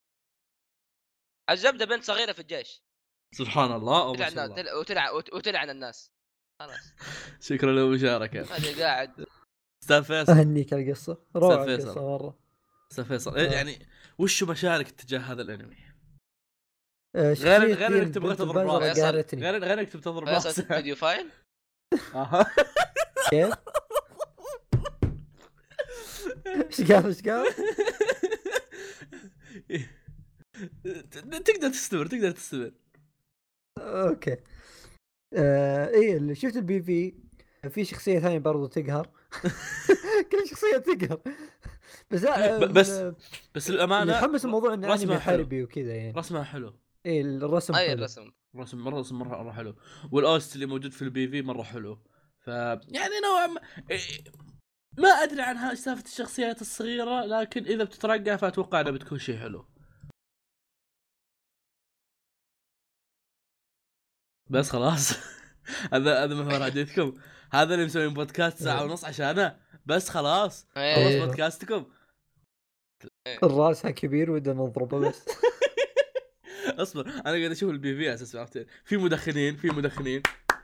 الزبدة بنت صغيرة في الجيش. سبحان الله او ما تلعن شاء الله. تل- وتلعن وتلعن الناس. خلاص شكرا للمشاركه هذه قاعد. استاذ فيصل. اهنيك القصه روعه أستاذ فيصل. القصه مره. استاذ فيصل آه. يعني وش مشارك تجاه هذا الانمي؟ آه، غير شخصية غير دين انك تبغى بنت تضرب البزرة راسه. قهرتني. غير غير انك تبغى تضرب فيصل راسه. فيديو فايل. اها كيف؟ ايش قال ايش قال؟ تقدر تستمر تقدر تستمر. اوكي. آه ايه اللي شفت البي في في شخصية ثانية برضو تقهر. كل شخصية تقهر. بس لا ب- بس ال- بس اللي الامانه حمس الموضوع انه رسمها انمي حلو. حربي وكذا يعني. رسمها حلو. ايه الرسم اي حلو. الرسم. رسم مره رسم مره مره حلو، والاوست اللي موجود في البي في مره حلو. ف يعني نوعا ما إيه، ما ادري عن ها سالفه الشخصيات الصغيره، لكن اذا بتترقى فاتوقع انها بتكون شيء حلو. بس خلاص. هذا هذا محور حديثكم، هذا اللي مسوين بودكاست ساعه ونص عشانه. بس خلاص خلص إيه. بودكاستكم. الراسها كبير ودنا نضربه بس. اصبر انا قاعد اشوف البي في اساس عرفت في مدخنين في مدخنين.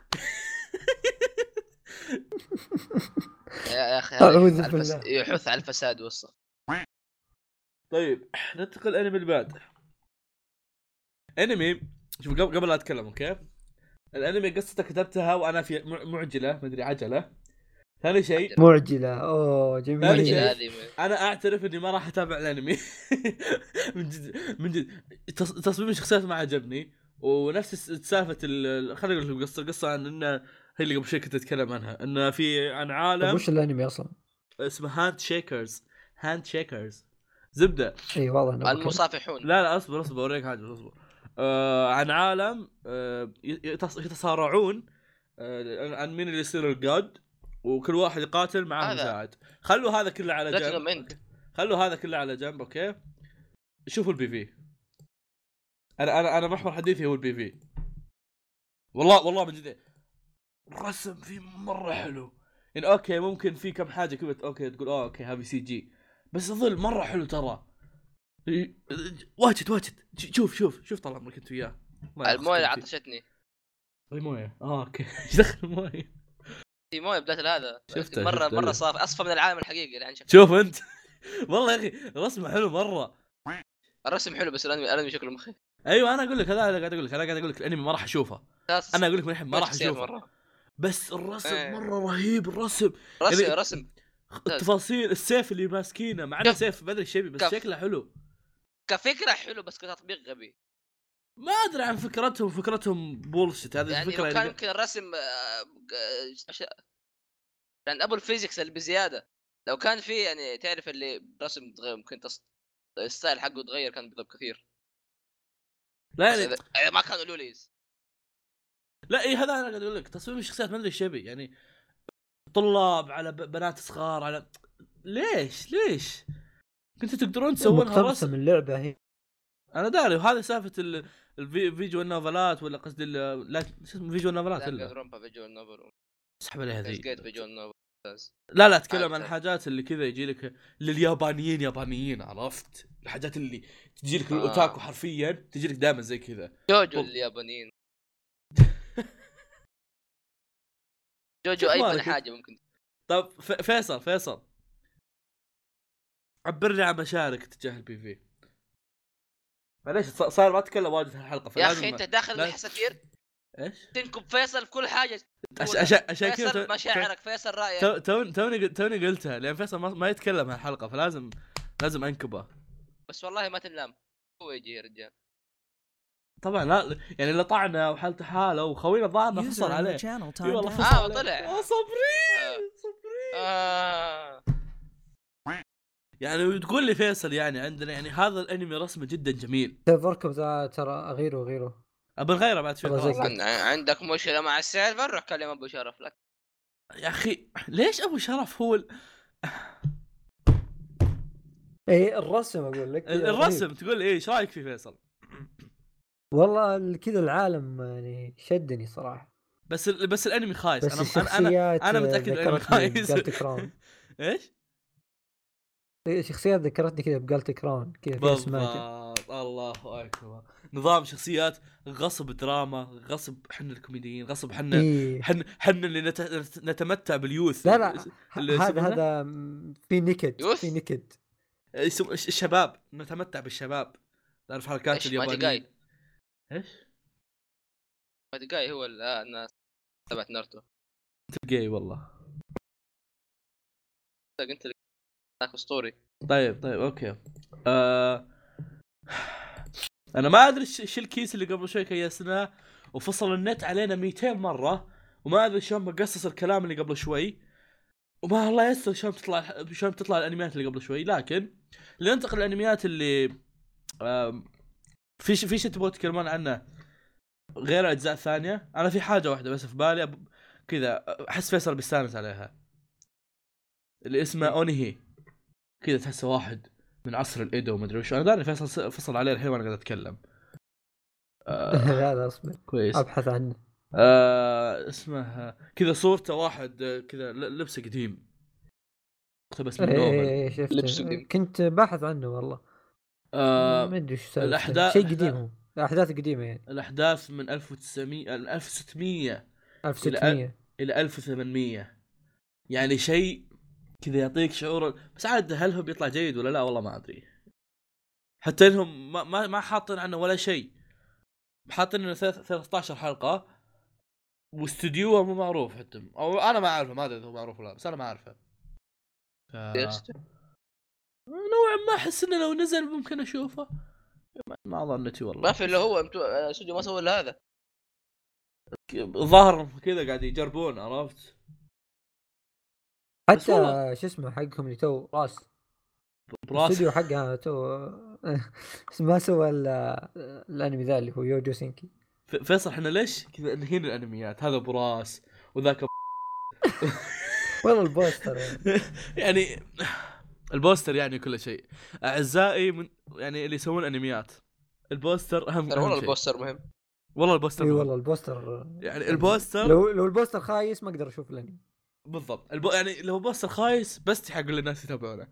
يا اخي أعوذ هذا يحث على الفس... بالله. يحث على الفساد والصخ. طيب ننتقل الانمي اللي بعد. انمي شوف قبل قبل لا اتكلم اوكي. الانمي قصته كتبتها وانا في مع- معجله مدري عجله. ثاني شيء معجلة اوه ثاني جميل. شيء هذه انا اعترف اني ما راح اتابع الانمي. من جد من جد تص- تصميم الشخصيات ما عجبني، ونفس سالفه ال- خلينا نقول القصه القصه عن انه هي اللي قبل شوي كنت اتكلم عنها، انه في عن طب عالم وش الانمي اصلا؟ اسمه هاند شيكرز. هاند شيكرز زبده. اي واضح انه بكر. المصافحون. لا لا اصبر اصبر اوريك حاجه اصبر. آه عن عالم آه يتص- يتصارعون آه عن مين اللي يصير الجاد، وكل واحد يقاتل معاه هذا. مساعد. خلوا هذا كله على جنب. بلاتينوم إند. أوكي. خلوا هذا كله على جنب اوكي. شوفوا البي في. انا انا انا محور حديثي هو البي في. والله والله من جد الرسم فيه مره حلو. يعني اوكي ممكن في كم حاجه كذا اوكي تقول اوه اوكي هذا سي جي، بس يظل مره حلو ترى. واجد واجد. شوف شوف شوف طال عمرك انت وياه. الله يرحمك المويه انت. عطشتني. اي مويه اه اوكي. ايش دخل المويه؟ في مويه بدات هذا شفتها، مره شفتها. مره صافي اصفى من العالم الحقيقي يعني. شكل شوف انت. والله يا اخي رسمه حلو مره. الرسم حلو بس الانمي الانمي شكله مخيف. ايوه انا اقول لك هذا اللي قاعد اقول لك انا قاعد اقول لك الانمي ما راح اشوفه. انا اقول لك من الحين ما راح اشوفه مرة. بس الرسم إيه. مره رهيب. الرسم رسم يعني رسم التفاصيل السيف اللي ماسكينه مع انه كف. سيف بدري شبي بس كف. شكله حلو. كفكره حلو بس كتطبيق غبي ما ادري عن فكرتهم فكرتهم بولشت هذه يعني. الفكره لو كان يمكن الرسم آه، آه، أشياء- لان ابو الفيزيكس اللي بزياده. لو كان في يعني تعرف اللي رسم تغير ممكن تص... الستايل حقه تغير كان بيضرب كثير. لا بس يعني إذا- ما كانوا لوليز. لا اي هذا انا قاعد اقول لك تصميم الشخصيات ما ادري ايش يبي يعني. طلاب على ب- بنات صغار على ليش ليش كنتوا تقدرون تسوونها مقتبسه رسم. من اللعبه هي. انا داري وهذا سالفه ال- الفيجوال نوفلات ولا قصدي ال- لا شو اسمه فيجوال نوفلات لا الا رومبا فيجوال نوفل اسحب عليها ذي. جيت فيجوال نوفل. لا لا اتكلم عن عارف. الحاجات اللي كذا يجي لك لليابانيين يابانيين عرفت الحاجات اللي تجي لك آه. الاوتاكو حرفيا تجي لك دائما زي كذا. جوجو طب. اليابانيين جوجو شوف اي مالك من حاجه ممكن. طب ف- فيصل فيصل عبرني عن مشاعرك تجاه البي في. معليش ص- صار ما اتكلم واجد في الحلقه يا فلازم اخي انت داخل لا- الحسافير ايش تنكب فيصل في كل حاجه. عش- عشان عشان كذا فيصل تو- مشاعرك، فيصل رايك. تو- توني توني توني قلتها لان فيصل ما, ما يتكلم عن الحلقه فلازم لازم انكبه. بس والله ما تنلام، هو يجي يا رجال. طبعا لا يعني اللي طعنا وحالته حاله وخوينا ضاعنا User فصل in your عليه. channel اي والله timed فصل out. اه عليه. طلع. آه، صبري آه. صبري آه. يعني تقول لي فيصل يعني عندنا يعني هذا الانمي رسمه جدا جميل. سيرفركم ذا ترى اغيره وغيره. ابى نغيره بعد شوي والله زي خلاص. كده. عن- عندك مشكله مع السيرفر، روح كلم ابو شرف لك. يا اخي ليش ابو شرف هو ال... ايه الرسم اقول لك ال- رهيب. الرسم تقول لي ايه ايش رايك في فيصل؟ والله ال- كذا العالم يعني شدني صراحه. بس ال... بس الانمي خايس. بس انا انا الشخصيات انا متاكد الانمي خايس. جالت كراون. ايش؟ شخصيات ذكرتني كذا بجالت كراون كذا فيها سماجه. بالضبط الله اكبر. نظام شخصيات غصب دراما غصب حنا الكوميديين غصب حنا إيه. حنا حنا اللي نت... نتمتع باليوث. لا لا اللي ه- هذا يسمونه؟ هذا م- في نكد يوث؟ في نكد. اسم الشباب نتمتع بالشباب. تعرف حركات إيش اليابانيين ماتيجاي؟ ايش؟ ماتيجاي هو ال- آه، الناس تبعت ناruto. تلقي والله. انت ذاك اسطوري. طيب طيب اوكي. آه... انا ما ادري ايش إيش الكيس اللي قبل شوي كيسناه وفصل النت علينا مئتين مره وما ادري شلون بقصص الكلام اللي قبل شوي وما الله يستر شلون بتطلع شلون بتطلع الانميات اللي قبل شوي. لكن لننتقل الانميات اللي آم، في ش... في شيء تبغوا تتكلمون عنه غير اجزاء ثانيه. انا في حاجه واحده بس في بالي أب... كذا احس فيصل بيستانس عليها اللي اسمه اونيهي. كذا تحسه واحد من عصر الايدو وما ادري وش. انا داري فيصل س- فصل عليه الحين وانا قاعد اتكلم. آه لا لا اصبر كويس. ابحث عنه. آه اسمه كذا صورته واحد آه، كذا ل- لبسه قديم اقتبس من نوفل. ايه شفته لبسه قديم. كنت باحث عنه والله. آه ما ادري ايش سالفته. الأحداث- شيء الأحداث- قديم هو احداث قديمه يعني الاحداث من ألف وتسعمية ألف وستمية ألف وستمية. الى ألف وثمانمية يعني شيء كذا يعطيك شعور. بس عاد هل هو بيطلع جيد ولا لا والله ما ادري. حتى انهم ما ما, ما حاطين عنه ولا شيء. حاطين انه ثلاثة عشر حلقه واستديوه مو معروف حتى او انا ما اعرفه ما ادري اذا هو معروف ولا بس انا ما اعرفه. ف... نوعا ما احس انه لو نزل ممكن اشوفه. ما- ما ظنتي والله. ما في اللي هو متو... آه، استوديو ما سوى الا هذا. ظهر كذا قاعد يجربون عرفت. بس والله- حتى شو اسمه حقهم اللي تو راس براس الاستوديو حقها تو ما سوى ال- الانمي ذا اللي هو يوجو سينكي. ف- فيصل احنا ليش كذا نهين الانميات هذا براس وذاك ب- والله البوستر يعني. يعني البوستر يعني كل شيء. اعزائي من يعني اللي يسوون انميات البوستر اهم ترى أهم والله شيء. البوستر مهم. والله البوستر اي مهم. والله البوستر يعني البوستر لو لو البوستر خايس ما اقدر اشوف الانمي. بالضبط البو... يعني لو بوستر خايس بس يحق للناس يتابعونه.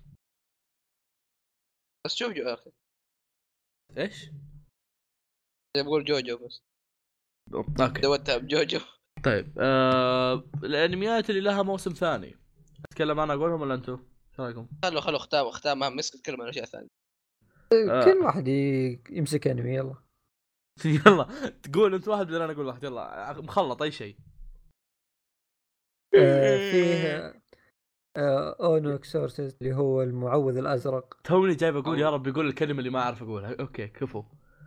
بس شوف جو يا اخي ايش؟ بقول جوجو بس اوكي دوتها بجوجو. طيب آه... الانميات اللي لها موسم ثاني اتكلم انا اقولهم ولا انتم ايش رايكم؟ خلوا خلوا ختام ختام اهم مسك تكلم عن اشياء ثانيه. آه. كل واحد ي- يمسك انمي يلا. يلا تقول انت واحد ولا انا اقول واحد يلا مخلط اي شيء. آه، فيه آه، اونو اكسورسيس اللي هو المعوذ الازرق. توني جاي بقول يا رب يقول الكلمه اللي ما اعرف اقولها. اوكي كفو.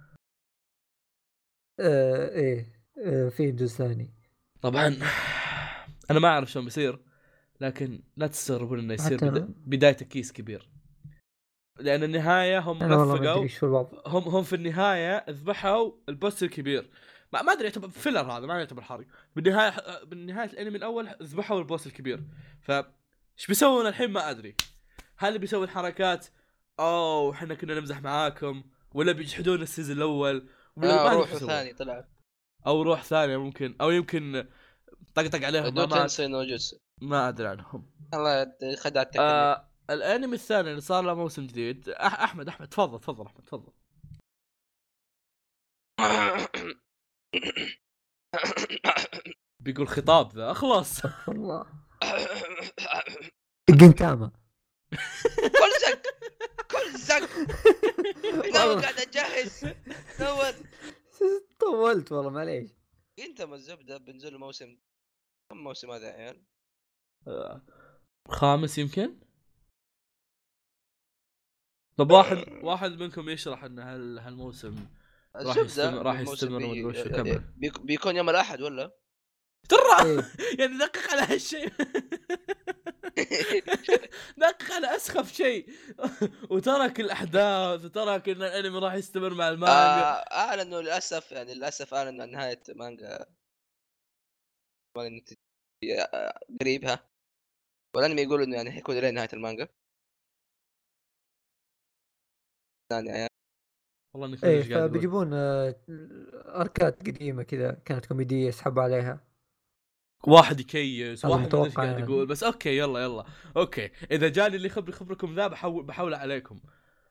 آه ايه آه في جزء ثاني. طبعا انا ما اعرف شلون بيصير لكن لا تستغربون انه يصير حتى بدا... أنا. بدايه كيس كبير لان النهايه هم انا والله ما ادري وفقوا ايش في الوضع. هم هم في النهايه ذبحوا البوس الكبير ما ما ادري يعتبر فيلر، هذا ما يعتبر حرق. بالنهايه بالنهايه الانمي الاول ذبحوا البوس الكبير، ف ايش بيسوون الحين ما ادري. هل بيسوي الحركات اوه احنا كنا نمزح معاكم، ولا بيجحدون السيزون الاول آه روح ثاني طلع، او روح ثانيه ممكن، او يمكن طقطق عليهم دو ما تنسي نوجس ما ادري عنهم. الله خدعتك. آه الانمي الثاني اللي صار له موسم جديد، أح احمد احمد تفضل تفضل احمد تفضل. بيقول خطاب ذا اخلص. والله جنتاما كل زق كل زق انا قاعد اجهز اول. طولت والله معليش. انت ما الزبده بنزل موسم كم موسم هذا يا عيال؟ آه. خامس يمكن. طب واحد واحد منكم يشرح ان هال هالموسم راح يستمر راح يستمر وما ادري وش كمل. بيكون يوم الاحد ولا ترى إيه. يعني دقق على هالشيء. دقق على اسخف شيء وترك الاحداث وترك ان الانمي راح يستمر مع المانجا. آه اعلنوا للاسف يعني للاسف اعلنوا عن نهايه مانجا قريبها، والانمي يقول انه يعني حيكون لين نهايه المانجا ثاني يعني. والله انك ايه ايش قاعد تقول. فبيجيبون آه، اركات قديمه كذا كانت كوميديه يسحبوا عليها. واحد يكيس هذا واحد ما ادري ايش متوقع قاعد يعني. يقول، بس اوكي يلا يلا اوكي اذا جاني اللي خبر خبركم ذا بحاول بحاول عليكم.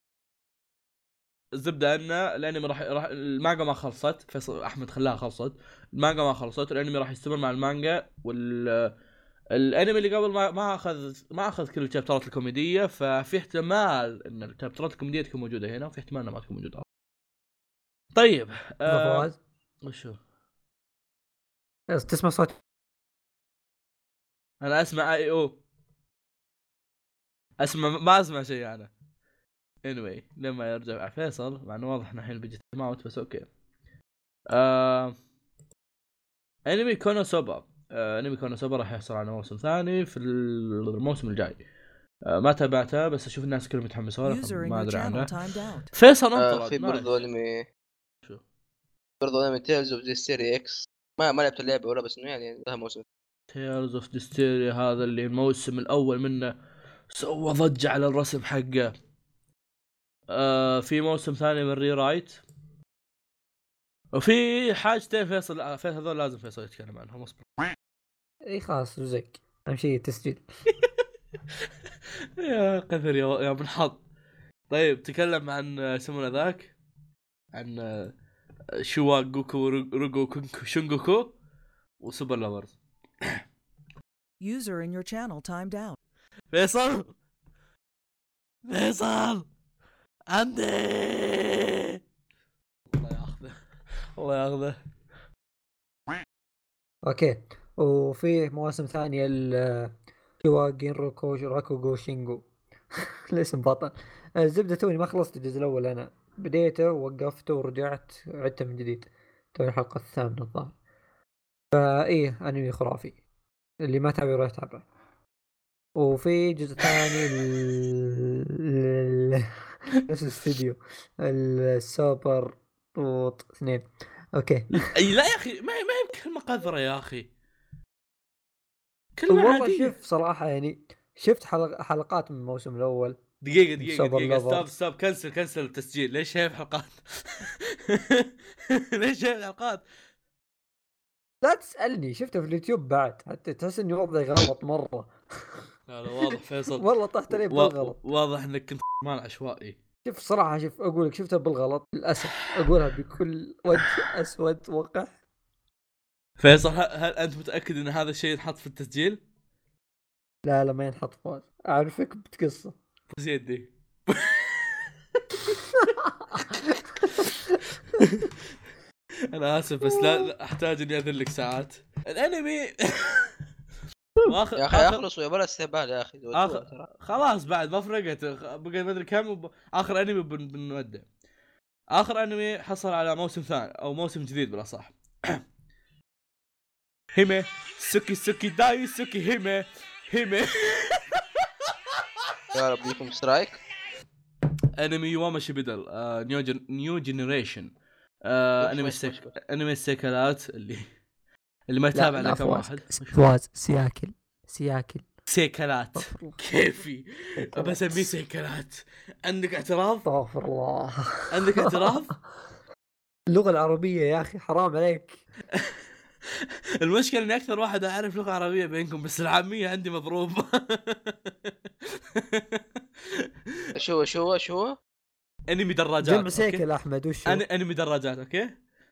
الزبده ان الانمي راح راح المانجا ما خلصت، فيصل احمد خلاها خلصت. المانجا ما خلصت، الانمي راح يستمر مع المانجا، وال الانمي اللي قبل ما ما اخذ ما اخذ كل الشابترات الكوميديه، ففي احتمال ان الشابترات الكوميديه تكون موجوده هنا، وفي احتمال انها ما تكون موجوده. طيب آه... فواز وشو تسمع صوت؟ انا اسمع اي او اسمع ما اسمع شيء انا. anyway لما يرجع على فيصل، مع انه واضح انه الحين بيجي تماوت، بس اوكي. آه... انمي كونوسوبا آه... انمي كونوسوبا راح يحصل على موسم ثاني في الموسم الجاي. آه... ما تابعته بس اشوف الناس كلهم متحمسين له، ما ادري عنه. فيصل انطرد. آه في برضو انمي شو برضو انمي تيلز اوف ديستيري اكس، ما ما لعبت اللعبه ولا، بس انه يعني لها موسم. تيلز اوف ديستيري هذا اللي الموسم الاول منه سوى ضجه على الرسم حقه. آه في موسم ثاني من ري رايت، وفي حاجتين فيصل فيصل هذول لازم فيصل يتكلم عنهم. اصبر. اي خلاص زق اهم شيء تسجيل. يا قذر يا يا ابن حظ. طيب تكلم عن اسمه ذاك، عن شوا جوكو روجو كونكو شونغوكو وسوبر لافرز. User in your channel timed out. فيصل فيصل عندي الله ياخذه الله ياخذه. اوكي وفي مواسم ثانيه ال كيواجين روكو راكوغو شينغو. الاسم بطل. الزبده توني ما خلصت الجزء الاول، انا بديته ووقفته ورجعت عدته من جديد، توني الحلقه الثامنه الظاهر. فايه انمي خرافي، اللي ما تابع يروح يتابع. وفي جزء ثاني ل... نفس الاستديو السوبر طوط اثنين. اوكي اي لا يا اخي ما ما هي كلمه قذره يا اخي، كلمه والله عاديه. شوف صراحه يعني شفت حلق... حلقات من الموسم الاول. دقيقه دقيقه سوبر دقيقه لوفر. ستوب ستوب كنسل كنسل التسجيل. ليش شايف حلقات؟ ليش شايف حلقات؟ لا تسالني، شفته في اليوتيوب بعد حتى تحس اني وضعي غلط مره. لا لا واضح فيصل والله طحت عليه بالغلط. واضح انك كنت مال عشوائي. شوف صراحه شوف اقول لك شفته بالغلط للاسف، اقولها بكل وجه اسود وقح. فيصل هل انت متاكد ان هذا الشيء ينحط في التسجيل؟ لا لا ما ينحط فوز، اعرفك بتقصه. بس يدي. انا اسف بس لا احتاج اني اذلك ساعات الانمي. واخر يا اخي اخلص ويا بلا استهبال يا اخي. آخر... خلاص بعد ما فرقت بقى ما ادري كم وب... اخر انمي بن... بنودع. اخر انمي حصل على موسم ثاني او موسم جديد بالاصح. هيمه سوكي سوكي داي سوكي هيمه هيمه. يا رب يكون سترايك. انمي يواما شيبيدل آه... نيو جن... نيو جنريشن آه شوف، انمي ما السيك... يسمع. انمي السيكلات اللي اللي ما لا يتابع لا الا كم فواز واحد. فواز سياكل سياكل سيكلات استغفر الله. كيفي سيكلات. بسميه سيكلات. عندك اعتراض؟ استغفر الله. عندك اعتراض؟ اللغة العربية يا اخي حرام عليك. المشكلة اني اكثر واحد اعرف لغة عربية بينكم، بس العامية عندي مضروبة. شو شو شو انمي دراجات. جمع أوكي؟ سيكل احمد وشو؟ أنا انمي دراجات. اوكي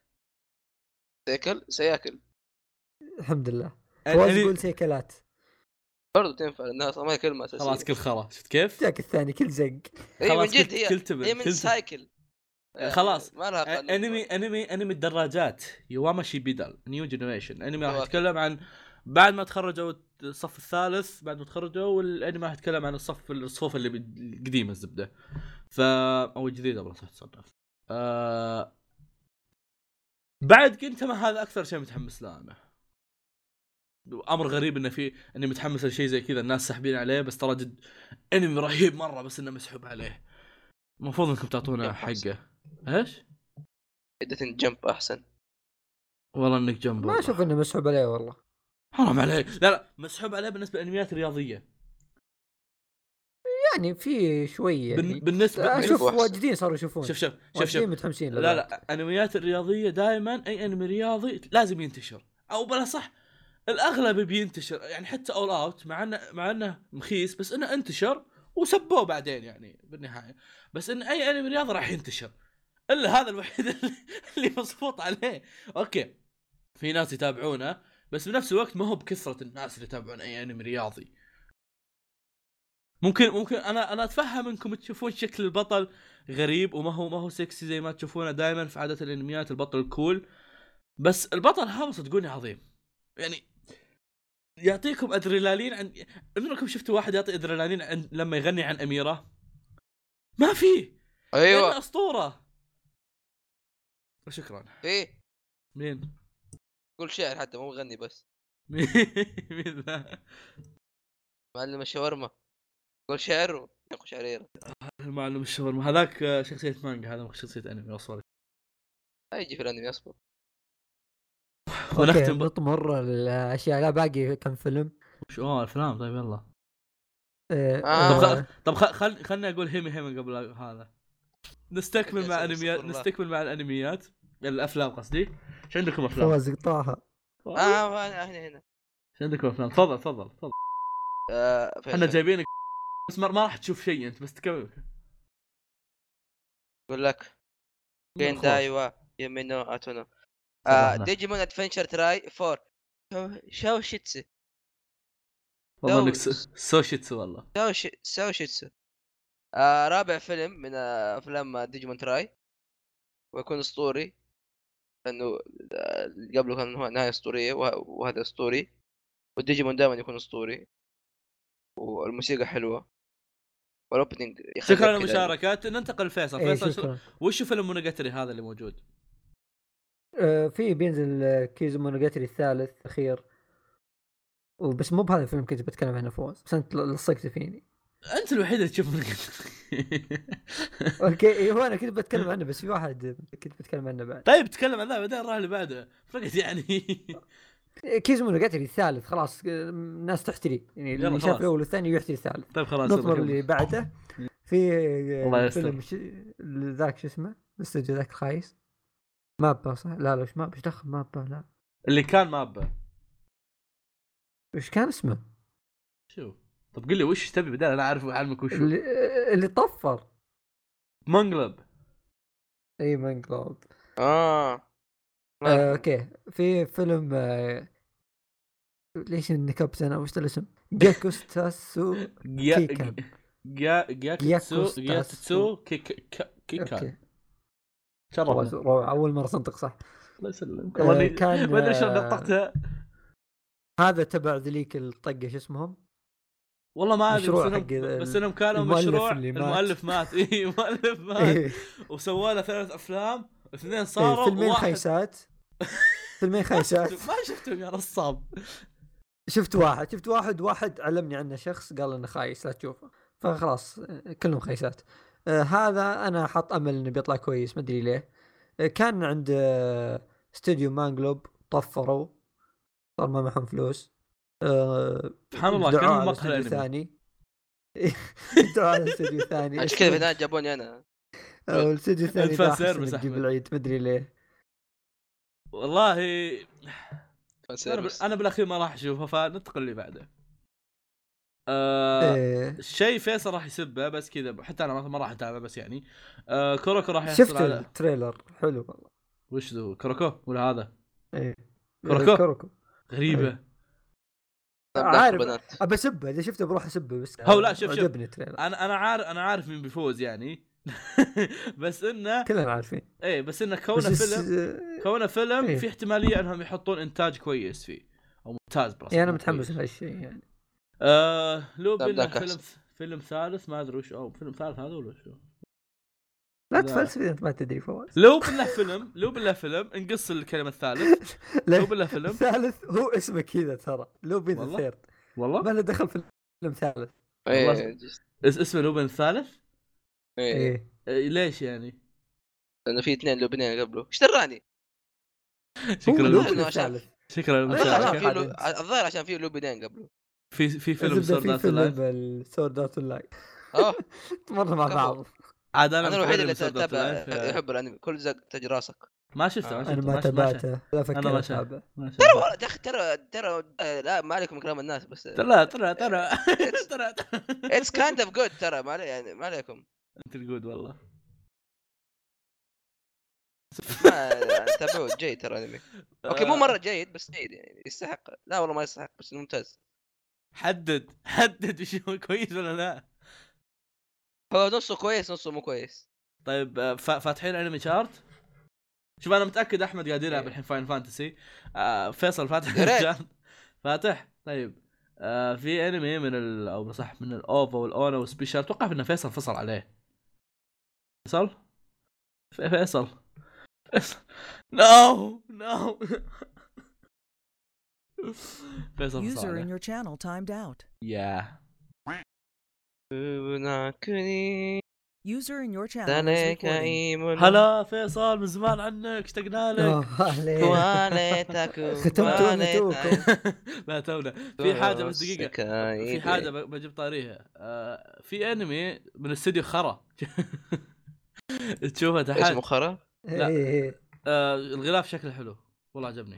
سيكل سياكل الحمد لله. أنا- فواز أنا- يقول سيكلات. برضو تنفع لانها اصلا ما هي كلمه اساسيه. خلاص كل خلاص. شفت كيف؟ جاك الثاني كل زق. اي من خلاص جد كل- هي كل تبن- هي من كل تبن. سايكل يعني خلاص. ما لها أ- قانون. انمي انمي انمي الدراجات يواماشي بيدل نيو جنريشن. انمي راح أوكي. يتكلم عن بعد ما تخرجوا الصف الثالث، بعد ما تخرجوا والانمي راح يتكلم عن الصف الصفوف اللي بد- القديمه الزبده ف او الجديده والله صح تصنف. آه... بعد كنت ما هذا اكثر شيء متحمس له انا. امر غريب انه في اني متحمس لشيء زي كذا، الناس ساحبين عليه، بس ترى جد انمي رهيب مره، بس انه مسحوب عليه. المفروض انكم تعطونا حقه. ايش؟ بدت جمب احسن. والله انك جنب. ما اشوف انه مسحوب عليه والله. حرام عليه. لا لا مسحوب عليه بالنسبه للانميات الرياضيه. يعني في شويه بن... يعني. بالنسبه اشوف أحسن. واجدين صاروا يشوفون. شوف شوف شوف واجدين شوف متحمسين لا لذلك. لا انميات الرياضيه دائما اي انمي رياضي لازم ينتشر، او بلا صح الاغلب بينتشر يعني. حتى اول اوت مع انه مع انه مخيس، بس انه انتشر وسبوه بعدين يعني بالنهايه. بس ان اي انمي رياضي راح ينتشر، الا هذا الوحيد اللي مصفوط عليه. اوكي في ناس يتابعونه، بس بنفس الوقت ما هو بكثره الناس اللي يتابعون اي انمي رياضي. ممكن ممكن انا انا اتفهم انكم تشوفون شكل البطل غريب وما هو ما هو سكسي زي ما تشوفونه دائما في عاده الانميات، البطل الكول، بس البطل هذا صدقوني عظيم يعني. يعطيكم ادرينالين عن عمركم شفتوا واحد يعطي ادرينالين عن... لما يغني عن اميره؟ ما في. ايوه لأنه اسطوره. وشكرا. ايه مين؟ قول شعر حتى مو مغني بس. مين ذا؟ معلم الشاورما قول شعر ونقش شعريره. المعلم الشاورما هذاك شخصيه مانجا، هذا شخصيه انمي اصلا. يجي في الانمي اصبر. اوكي ونختم ب... نطمر الاشياء. لا باقي كم فيلم. شو اه الافلام. طيب يلا. آه آه. طب آه خ... طب خ... خل... خلني اقول هيمي هيمي قبل هذا. نستكمل مع انميات نستكمل مع الانميات الافلام قصدي. ايش عندكم افلام؟ فواز قطعها. اه هنا هنا هنا ايش عندكم افلام؟ تفضل تفضل تفضل. آه احنا جايبينك بس ما راح تشوف شيء انت، بس تكمل. اقول لك بين دايوا يمينو اتونو آه ديجيمون ادفنشر تراي فور شاو شيتسو. والله انك سوشيتسو والله. شاو شي... شاو شيتسو آه رابع فيلم من آه افلام ديجيمون تراي، ويكون اسطوري لانه آه قبله كان هو نهايه اسطوريه وه... وهذا اسطوري، والديجيمون دائما يكون اسطوري، والموسيقى حلوه والاوبننج. شكرا للمشاركات. ننتقل لفيصل. إيه فيصل شكرا. وش فيلم مونوجاتري هذا اللي موجود؟ آه في بينزل آه، كيزو مونوجاتري الثالث اخير، وبس مو بهذا الفيلم كنت بتكلم عنه فواز، بس انت لصقت فيني. انت الوحيد اللي تشوف مونوجاتري. اوكي هو انا كنت بتكلم عنه، بس في واحد كنت بتكلم عنه بعد. طيب تكلم عن ذا بعدين راح اللي بعده فقط يعني. كيزو مونوجاتري الثالث خلاص آه، الناس تحتري يعني، يلا اللي خلاص. شاف الاول والثاني يحتري الثالث. طيب خلاص نطمر اللي بعده. في آه، الله يستر. فيلم ش... ذاك شو اسمه الاستوديو ذاك الخايس مابا صح؟ لا لا وش مابا؟ ايش دخل مابا؟ لا اللي كان مابا وش كان اسمه؟ شو؟ طب قل لي وش تبي بدال انا اعرف اعلمك وش. اللي, اللي طفر. منقلب. اي منقلب. اه آه، اوكي في فيلم آه، ليش نكبت انا وش الاسم؟ جاكوستاسو كيكان. جا جاكوتسو جاكوتسو كيك كيكان. شرفنا. روعة أول مرة صنطق صح. الله يسلمك. آه والله كان ما ادري شلون آه نطقتها. هذا تبع ذليك الطقة شو اسمهم؟ والله ما ادري، مشروع بس حق انهم بس انهم كانوا المؤلف مشروع اللي مات. المؤلف مات. اي المؤلف مات إيه. وسووا له ثلاث افلام، اثنين إيه صاروا فيلمين وواحد خيسات. فيلمين خيسات. ما شفتهم يا نصاب. شفت واحد شفت واحد واحد علمني عنه شخص قال انه خايس لا تشوفه، فخلاص كلهم خيسات. آه هذا انا حاط امل انه بيطلع كويس ما ادري ليه. كان عند استوديو مانجلوب طفروا صار ما معهم فلوس. أه سبحان الله دعوا كانوا على مقهى استوديو الانمي. ثاني. دعوا على استوديو ثاني عشان كذا في النهايه جابوني انا. او الاستوديو الثاني أنت ذا فان سيرفيس احسن تجيب أحمد. العيد مدري ليه. والله فان انا سيرفيس. انا بالاخير ما راح اشوفه فننتقل اللي بعده. آه إيه. الشيء فيصل راح يسبه بس كذا حتى انا ما راح اتابع بس يعني آه كوروكو راح شفت يحصل على التريلر حلو والله. وش ذو كوروكو ولا هذا ايه كوروكو؟ كوروكو غريبه. إيه. عارف عارف بنات. ابى اسبه اذا شفته بروح اسبه بس هو لا شوف شوف عجبني التريلر. انا انا عارف انا عارف مين بيفوز يعني بس انه كلنا عارفين ايه بس انه كونه بس فيلم كونه فيلم إيه. في احتماليه انهم يحطون انتاج كويس فيه او ممتاز بس يعني انا متحمس لهالشيء يعني. آه لو طب بينا ذاك فيلم أحسن. فيلم ثالث ما ادري وش او فيلم ثالث هذا ولا شو. لا لا. تفلسف اذا انت ما تدري فواز. لو بالله فيلم لو بالله فيلم نقص الكلمه الثالث. لو بالله فيلم الثالث هو اسمه كذا ترى لو بين والله؟ الثيرد والله ما له دخل في الفيلم ثالث. ايه اس اسمه لوبن الثالث. ايه ايه إيه ليش يعني؟ لانه في اثنين لبنان قبله. ايش دراني؟ هو شكرا لوبن إنه الثالث. شكرا الظاهر عشان للمشاركه. في لو... الظاهر عشان في لبنان قبله. في في فيلم الزبدة سورد في ارت فيلم لاين السورد ارت لاين اه مرة مع كفو. بعض. عاد انا انا الوحيد اللي Sword Art تابع Online، ف- يحب الانمي. كل زق تجي راسك. ما شفته ما آه. شفته انا ما شفته، شفته. تابعته لا انا افكر ما شفته اتابع. ما ترى شفته. والله يا اخي ترى ترى لا ما عليكم كلام الناس بس ترى ترى ترى ترى اتس كايند اوف جود ترى ما علي يعني ما عليكم. انت الجود والله. ما تابعوه جيد ترى انمي. اوكي مو مره جيد بس جيد يعني يستحق. لا والله ما يستحق بس ممتاز. حدد حدد وش هو كويس ولا لا. هو نصه كويس نصه مو كويس. طيب آه، فا- فاتحين انمي شارت. شوف انا متاكد احمد قاعد يلعب إيه. الحين فاين فانتسي. آه فيصل فاتح يا ريت. شارت. فاتح طيب. آه في انمي من ال او صح من الاوفا والاونا والسبيشال. اتوقع ان فيصل فصل عليه. فيصل في- فيصل فيصل نو نو فيصل فصل User in عليه. your channel timed out. يا User in your channel is ذلك recording. ايمن هلا فيصل من زمان عنك اشتقنا لك. أوه، عليك. تواليتك ختمتوا نتوكم. لا تونا في حاجه بس دقيقه. في حاجه ب- بجيب طاريها. آه في انمي من استوديو خرا تشوفه اسمه تحت. خرا. لا. ايه آه الغلاف شكله حلو والله عجبني.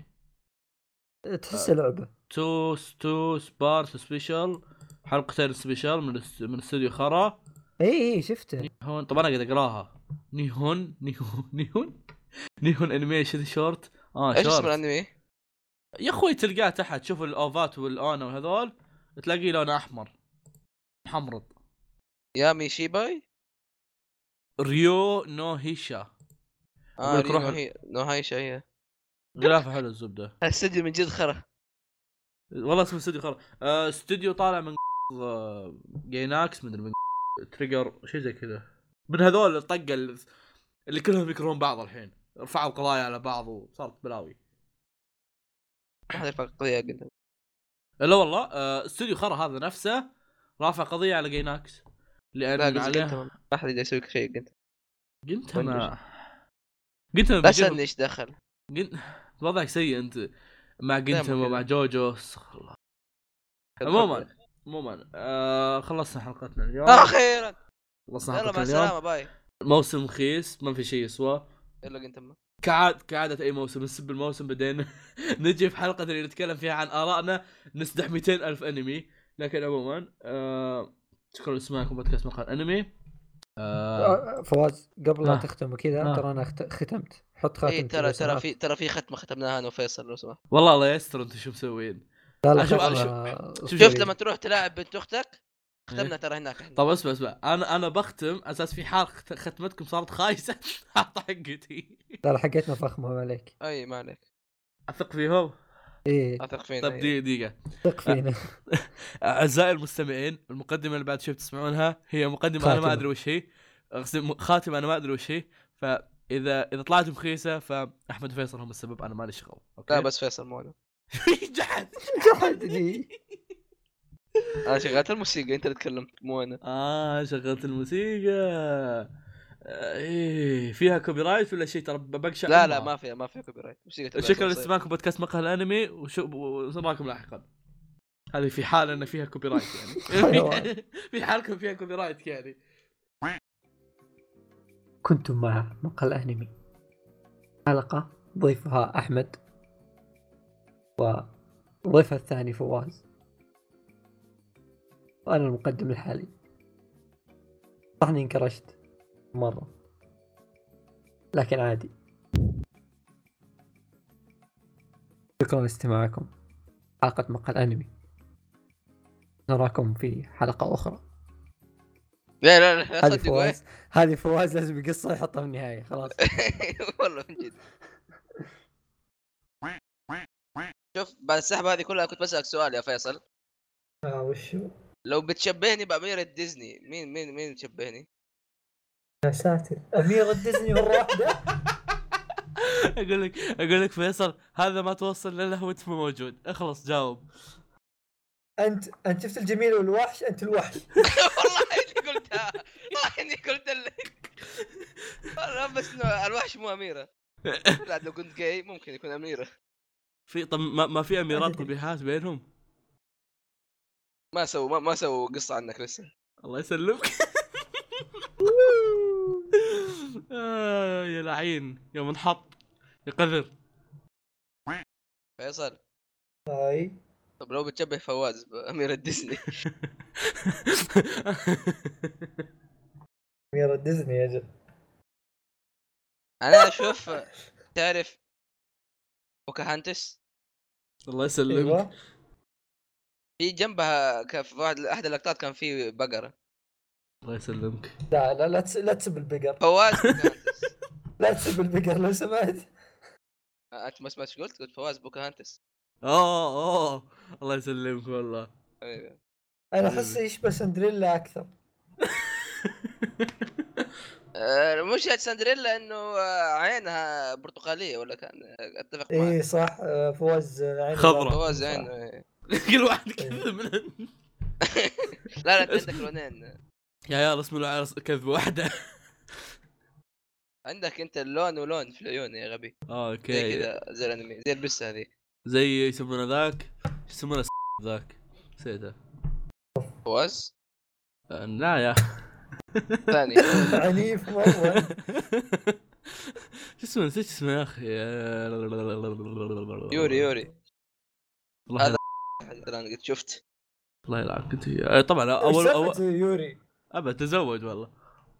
تحس لعبة. تو تو سبارت سبيشال حلقتين سبيشال من است- من استوديو خرا. ايه ايه شفته. هون طبعا انا قاعد اقراها. نيهون نيهون نيهون نيهون انيميشن شورت. اه ايش اسم شورت الانمي؟ يا اخوي تلقاه تحت. شوف الاوفات والاونا وهذول تلاقيه لونه احمر محمرض. يامي شيباي. ريو نو هيشا. اه أقول لك روح نو هي نو هاي شيء. غلافه حلو الزبده. الاستديو من جد خرا. والله اسمه استوديو خرا. آه استوديو طالع من آه جيناكس مدري من تريجر شيء زي كذا. من هذول الطقه اللي, اللي كلهم يكرهون بعض الحين. رفعوا القضايا على بعض وصارت بلاوي. ما حد يرفع قضيه قلنا. لا والله آه استوديو خرا هذا نفسه رافع قضيه على جيناكس لا لان قصدي عليه ما حد يقدر يسوي شيء قلت. قلت ما قلت ما بس بيجيب- اني ايش دخل. قلت وضعك سيء انت مع دايماً جنتم ومع كذا. جوجو. استغفر الله. عموما عموما آه خلصنا حلقتنا اليوم. اخيرا خلصنا يلا مع حلقتنا السلامه اليوم. باي. موسم رخيص ما في شيء يسوى. يلا قلت ما كعاد كعادة أي موسم نسب الموسم بعدين نجي في حلقة اللي نتكلم فيها عن آرائنا نسدح مئتين ألف أنمي. لكن عموما آه... شكرا لسماعكم بودكاست مقال أنمي. آه... آه، فواز قبل لا آه. تختم كذا آه. ترى انا خت- ختمت. حط خاتم اي ترى كذا ترى في ترى في ختمه ختمناها انا وفيصل لو سمحت. والله الله يستر أنتم شو مسوين. لا لا أشوف- ختمة شوف- أسبوعية. شفت لما تروح تلاعب بنت اختك ختمنا إيه. ترى هناك احنا. طب اسمع اسمع أنا أنا بختم أساس في حال خت- ختمتكم صارت خايسة حاط حقتي. لا لا حقتنا فخمة ما عليك. اي ما عليك أثق فيهم. ايه اثق فينا. طيب أي. دقيقة دقيقة. ثق فينا. أعزائي المستمعين المقدمة اللي بعد شوي بتسمعونها هي مقدمة أنا ما خاتمة. أدري وش هي. أقصد خاتمة أنا ما أدري وش هي. فإذا إذا طلعت مخيسة فأحمد وفيصل هم السبب أنا مالي شغل. أوكي. لا بس فيصل مو انا. جحد. جحدني. انا شغلت الموسيقى انت اللي تكلمت مو انا. آه شغلت الموسيقى. ايه فيها كوبي رايت ولا شيء؟ ترى بقشع لا لا ما فيها ما فيها كوبي رايت. شكرا لاستماعكم بودكاست مقهى الانمي وسمعكم لاحقا. هذه في حال ان فيها كوبي رايت يعني في حالكم فيها كوبي رايت يعني. كنتم مع مقهى الانمي حلقة ضيفها احمد وضيفها الثاني فواز وانا المقدم الحالي. صح اني انكرشت مرة لكن عادي. شكرا لاستماعكم حلقة مقهى الانمي. نراكم في حلقة اخرى. لا لا لا هذه صدق فواز هذه فواز لازم يقصها يحطها في النهاية خلاص. والله من جد. شوف بعد السحبة هذه كلها كنت بسألك سؤال يا فيصل. اه وشو؟ لو بتشبهني بأميرة ديزني مين مين مين تشبهني؟ يا ساتر أميرة ديزني مرة واحدة. اقول لك اقول لك فيصل هذا ما توصل له وانت مو موجود. اخلص جاوب. أنت أنت شفت الجميل والوحش. أنت الوحش. والله اني قلتها والله اني قلت لك والله بس انه الوحش مو أميرة. لا لو كنت جاي ممكن يكون أميرة. في طب ما, ما في اميرات قبيحات بينهم؟ ما سووا ما, ما سووا قصة عنك لسه. الله يسلمك. آه يا لعين يا منحط يا قذر. فيصل هاي طب لو بتشبه فواز بأميرة ديزني. أميرة ديزني يا جد. أنا أشوف تعرف بوكاهانتس. الله يسلمك. أيوة. في جنبها كف واحد أحد اللقطات كان فيه بقرة. الله يسلمك. لا لا لا تس... لا تسب البقر. فواز بوكاهانتس. لا تسب البقر لو سمحت. أنت ما سمعت قلت قلت فواز بوكاهانتس. اوه اوه الله يسلمك والله. أيوة. أنا أحس يشبه سندريلا أكثر. أه مش سندريلا إنه عينها برتقالية ولا كان أتفق معك. إيه صح. آه، فواز عين خضرة. فواز عين. كل واحد كذب من لا لا أنت عندك لونين. يا يا اسمه له كذبة واحدة. عندك أنت اللون ولون في العيون يا غبي. اوكي زي كذا زي الأنمي زي البسة هذه. زي يسمونه ذاك يسمونه ذاك نسيته. فواز آه، لا يا ثاني. عنيف مرة. شو اسمه نسيت اسمه يا اخي. يوري يوري. الله هذا يلعن- أنا قلت شفت. الله يلعن كنت آه، طبعا اول اول اول يوري. ابى اتزوج والله.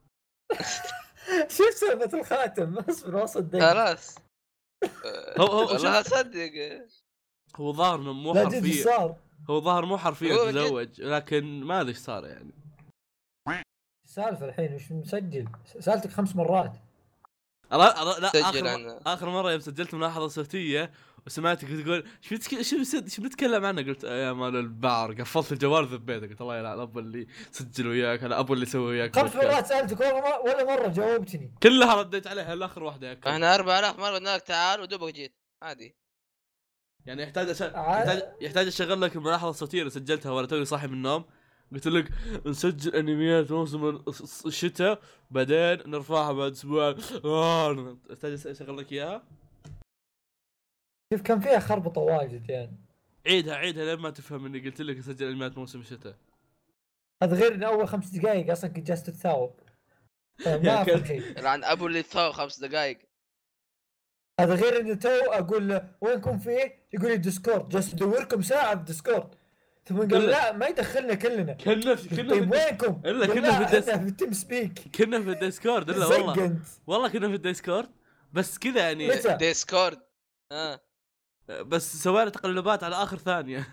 شو سالفة الخاتم اصبر وسط دقيق. خلاص. هو هو والله شوف، صدق. هو ظاهر انه مو لا جد حرفيا. صار. هو ظاهر مو حرفيا هو جد. تزوج لكن ما ادري ايش صار يعني. سالفة الحين وش مسجل سالتك خمس مرات. لا لا لا سجل اخر عنه. اخر مره يوم سجلت ملاحظه صوتيه وسمعتك تقول شو بتك... شو بس... شو بنتكلم عنه؟ قلت يا مال البار. قفلت الجوال ذبيته قلت الله يلعن ابو اللي سجل وياك انا ابو اللي سوي وياك خمس بودكاست. مرات سالتك ولا مرة ولا مرة جاوبتني. كلها رديت عليها الا اخر واحده يا كلب. احنا أربعة آلاف مرة قلنا لك تعال ودوبك جيت عادي. يعني يحتاج أش... عاد- يحتاج يحتاج اشغل لك الملاحظه الصوتيه اللي سجلتها وانا توني صاحي من النوم. قلت لك نسجل انميات موسم الشتاء بعدين نرفعها بعد اسبوع. آه، احتاج اشغل لك اياها. شوف كان فيها خربطة واجد يعني. عيدها عيدها لين ما تفهم اني قلت لك اسجل انميات موسم الشتاء. هذا غير ان اول خمس دقائق اصلا كنت جالس تتثاوب. يا ما كلب. افهم شيء. لعن ابو اللي ثاو خمس دقائق. هذا غير انه تو اقول له وينكم فيه يقول لي ديسكورد جالس ادوركم ساعة في ديسكورد ثم قال كله. لا ما يدخلنا كلنا. كنا في كنا طيب في وينكم؟ إلا قال كنا لا، في الديس- إحنا في التيم سبيك. كنا في الديسكورد الا والله زقنت. والله كنا في الديسكورد بس كذا يعني. متى؟ ديسكورد. اه بس سوينا تقلبات على اخر ثانيه.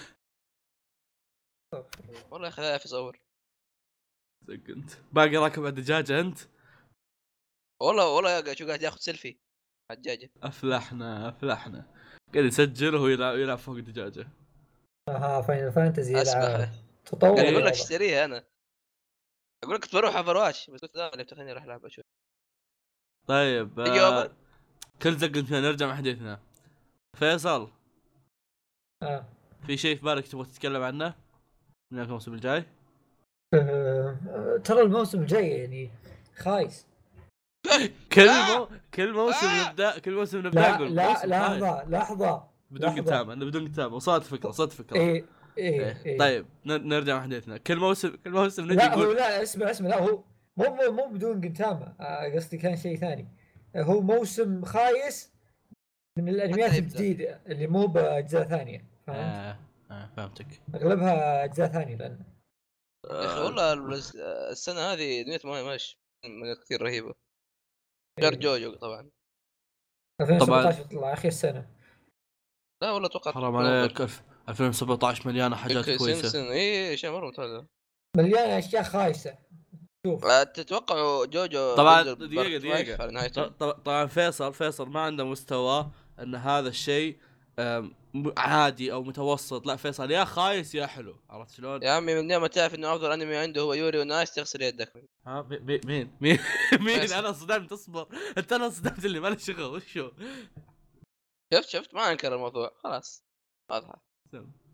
والله خلاص في صور. انت باقي راكب على الدجاجه انت. والله والله شو قاعد ياخذ سيلفي على الدجاجة. افلحنا افلحنا قاعد يسجل وهو يلعب, يلعب فوق الدجاجه. اها فاينل فانتزي اسمح يلعب له. تطور. قاعد يقول لك واضح. اشتريها انا. اقول لك كنت بروح اوفر واتش بس قلت لا اللي بتخليني اروح العبها شوي. طيب تجي آه أوبر؟ كل زق فينا نرجع مع حديثنا. فيصل آه. في شيء في بالك تبغى تتكلم عنه من الموسم الجاي؟ آه، ترى الموسم الجاي يعني خايس. كل آه! مو... كل موسم آه! نبدا كل موسم نبدا لا نقول لا موسم خايس. لحظه لحظه بدون لحظة. قتامه انه بدون قتامه وصلت فكره وصلت فكره ايه ايه, إيه. إيه. طيب ن- نرجع حديثنا. كل موسم كل موسم نجي لا هو نقول لا اسمع اسمع لا هو مو مو مو بدون قنتامة، آه، قصدي كان شيء ثاني. آه، هو موسم خايس من الانميات حتى يبدأ. الجديدة اللي مو باجزاء ثانية، فهمت؟ آه. آه. فهمتك. اغلبها اجزاء ثانية لان يا اخي آه. والله الس- السنه هذه نيت ما ماشي من كثير رهيبه. غير إيه. جوجو طبعا. ألفين وسبعة عشر طبعا طلع اخر السنة. لا والله اتوقع حرام تكون عليك. أفضل. ألف- ألفين وسبعة عشر مليانه حاجات بيك كويسه. سيمسون اي شيء مره ممتاز. مليانة اشياء خايسة. شوف لا تتوقع جوجو طبعا بينزل دقيقه بارت دقيقه فايف على ط- نهايته؟ ط- طبعا فيصل فيصل ما عنده مستوى ان هذا الشيء آم، م- عادي او متوسط. لا فيصل يا خايس يا حلو. عرفت شلون؟ يا عمي من يوم ما تعرف انه افضل انمي عنده هو يوري ونايس تغسل يدك. ها بي- بي- مين مين مين فيصل. انا صدمت. اصبر انت انا صدمت اللي ما له شغل وشو. شفت شفت ما انكر الموضوع خلاص واضحه.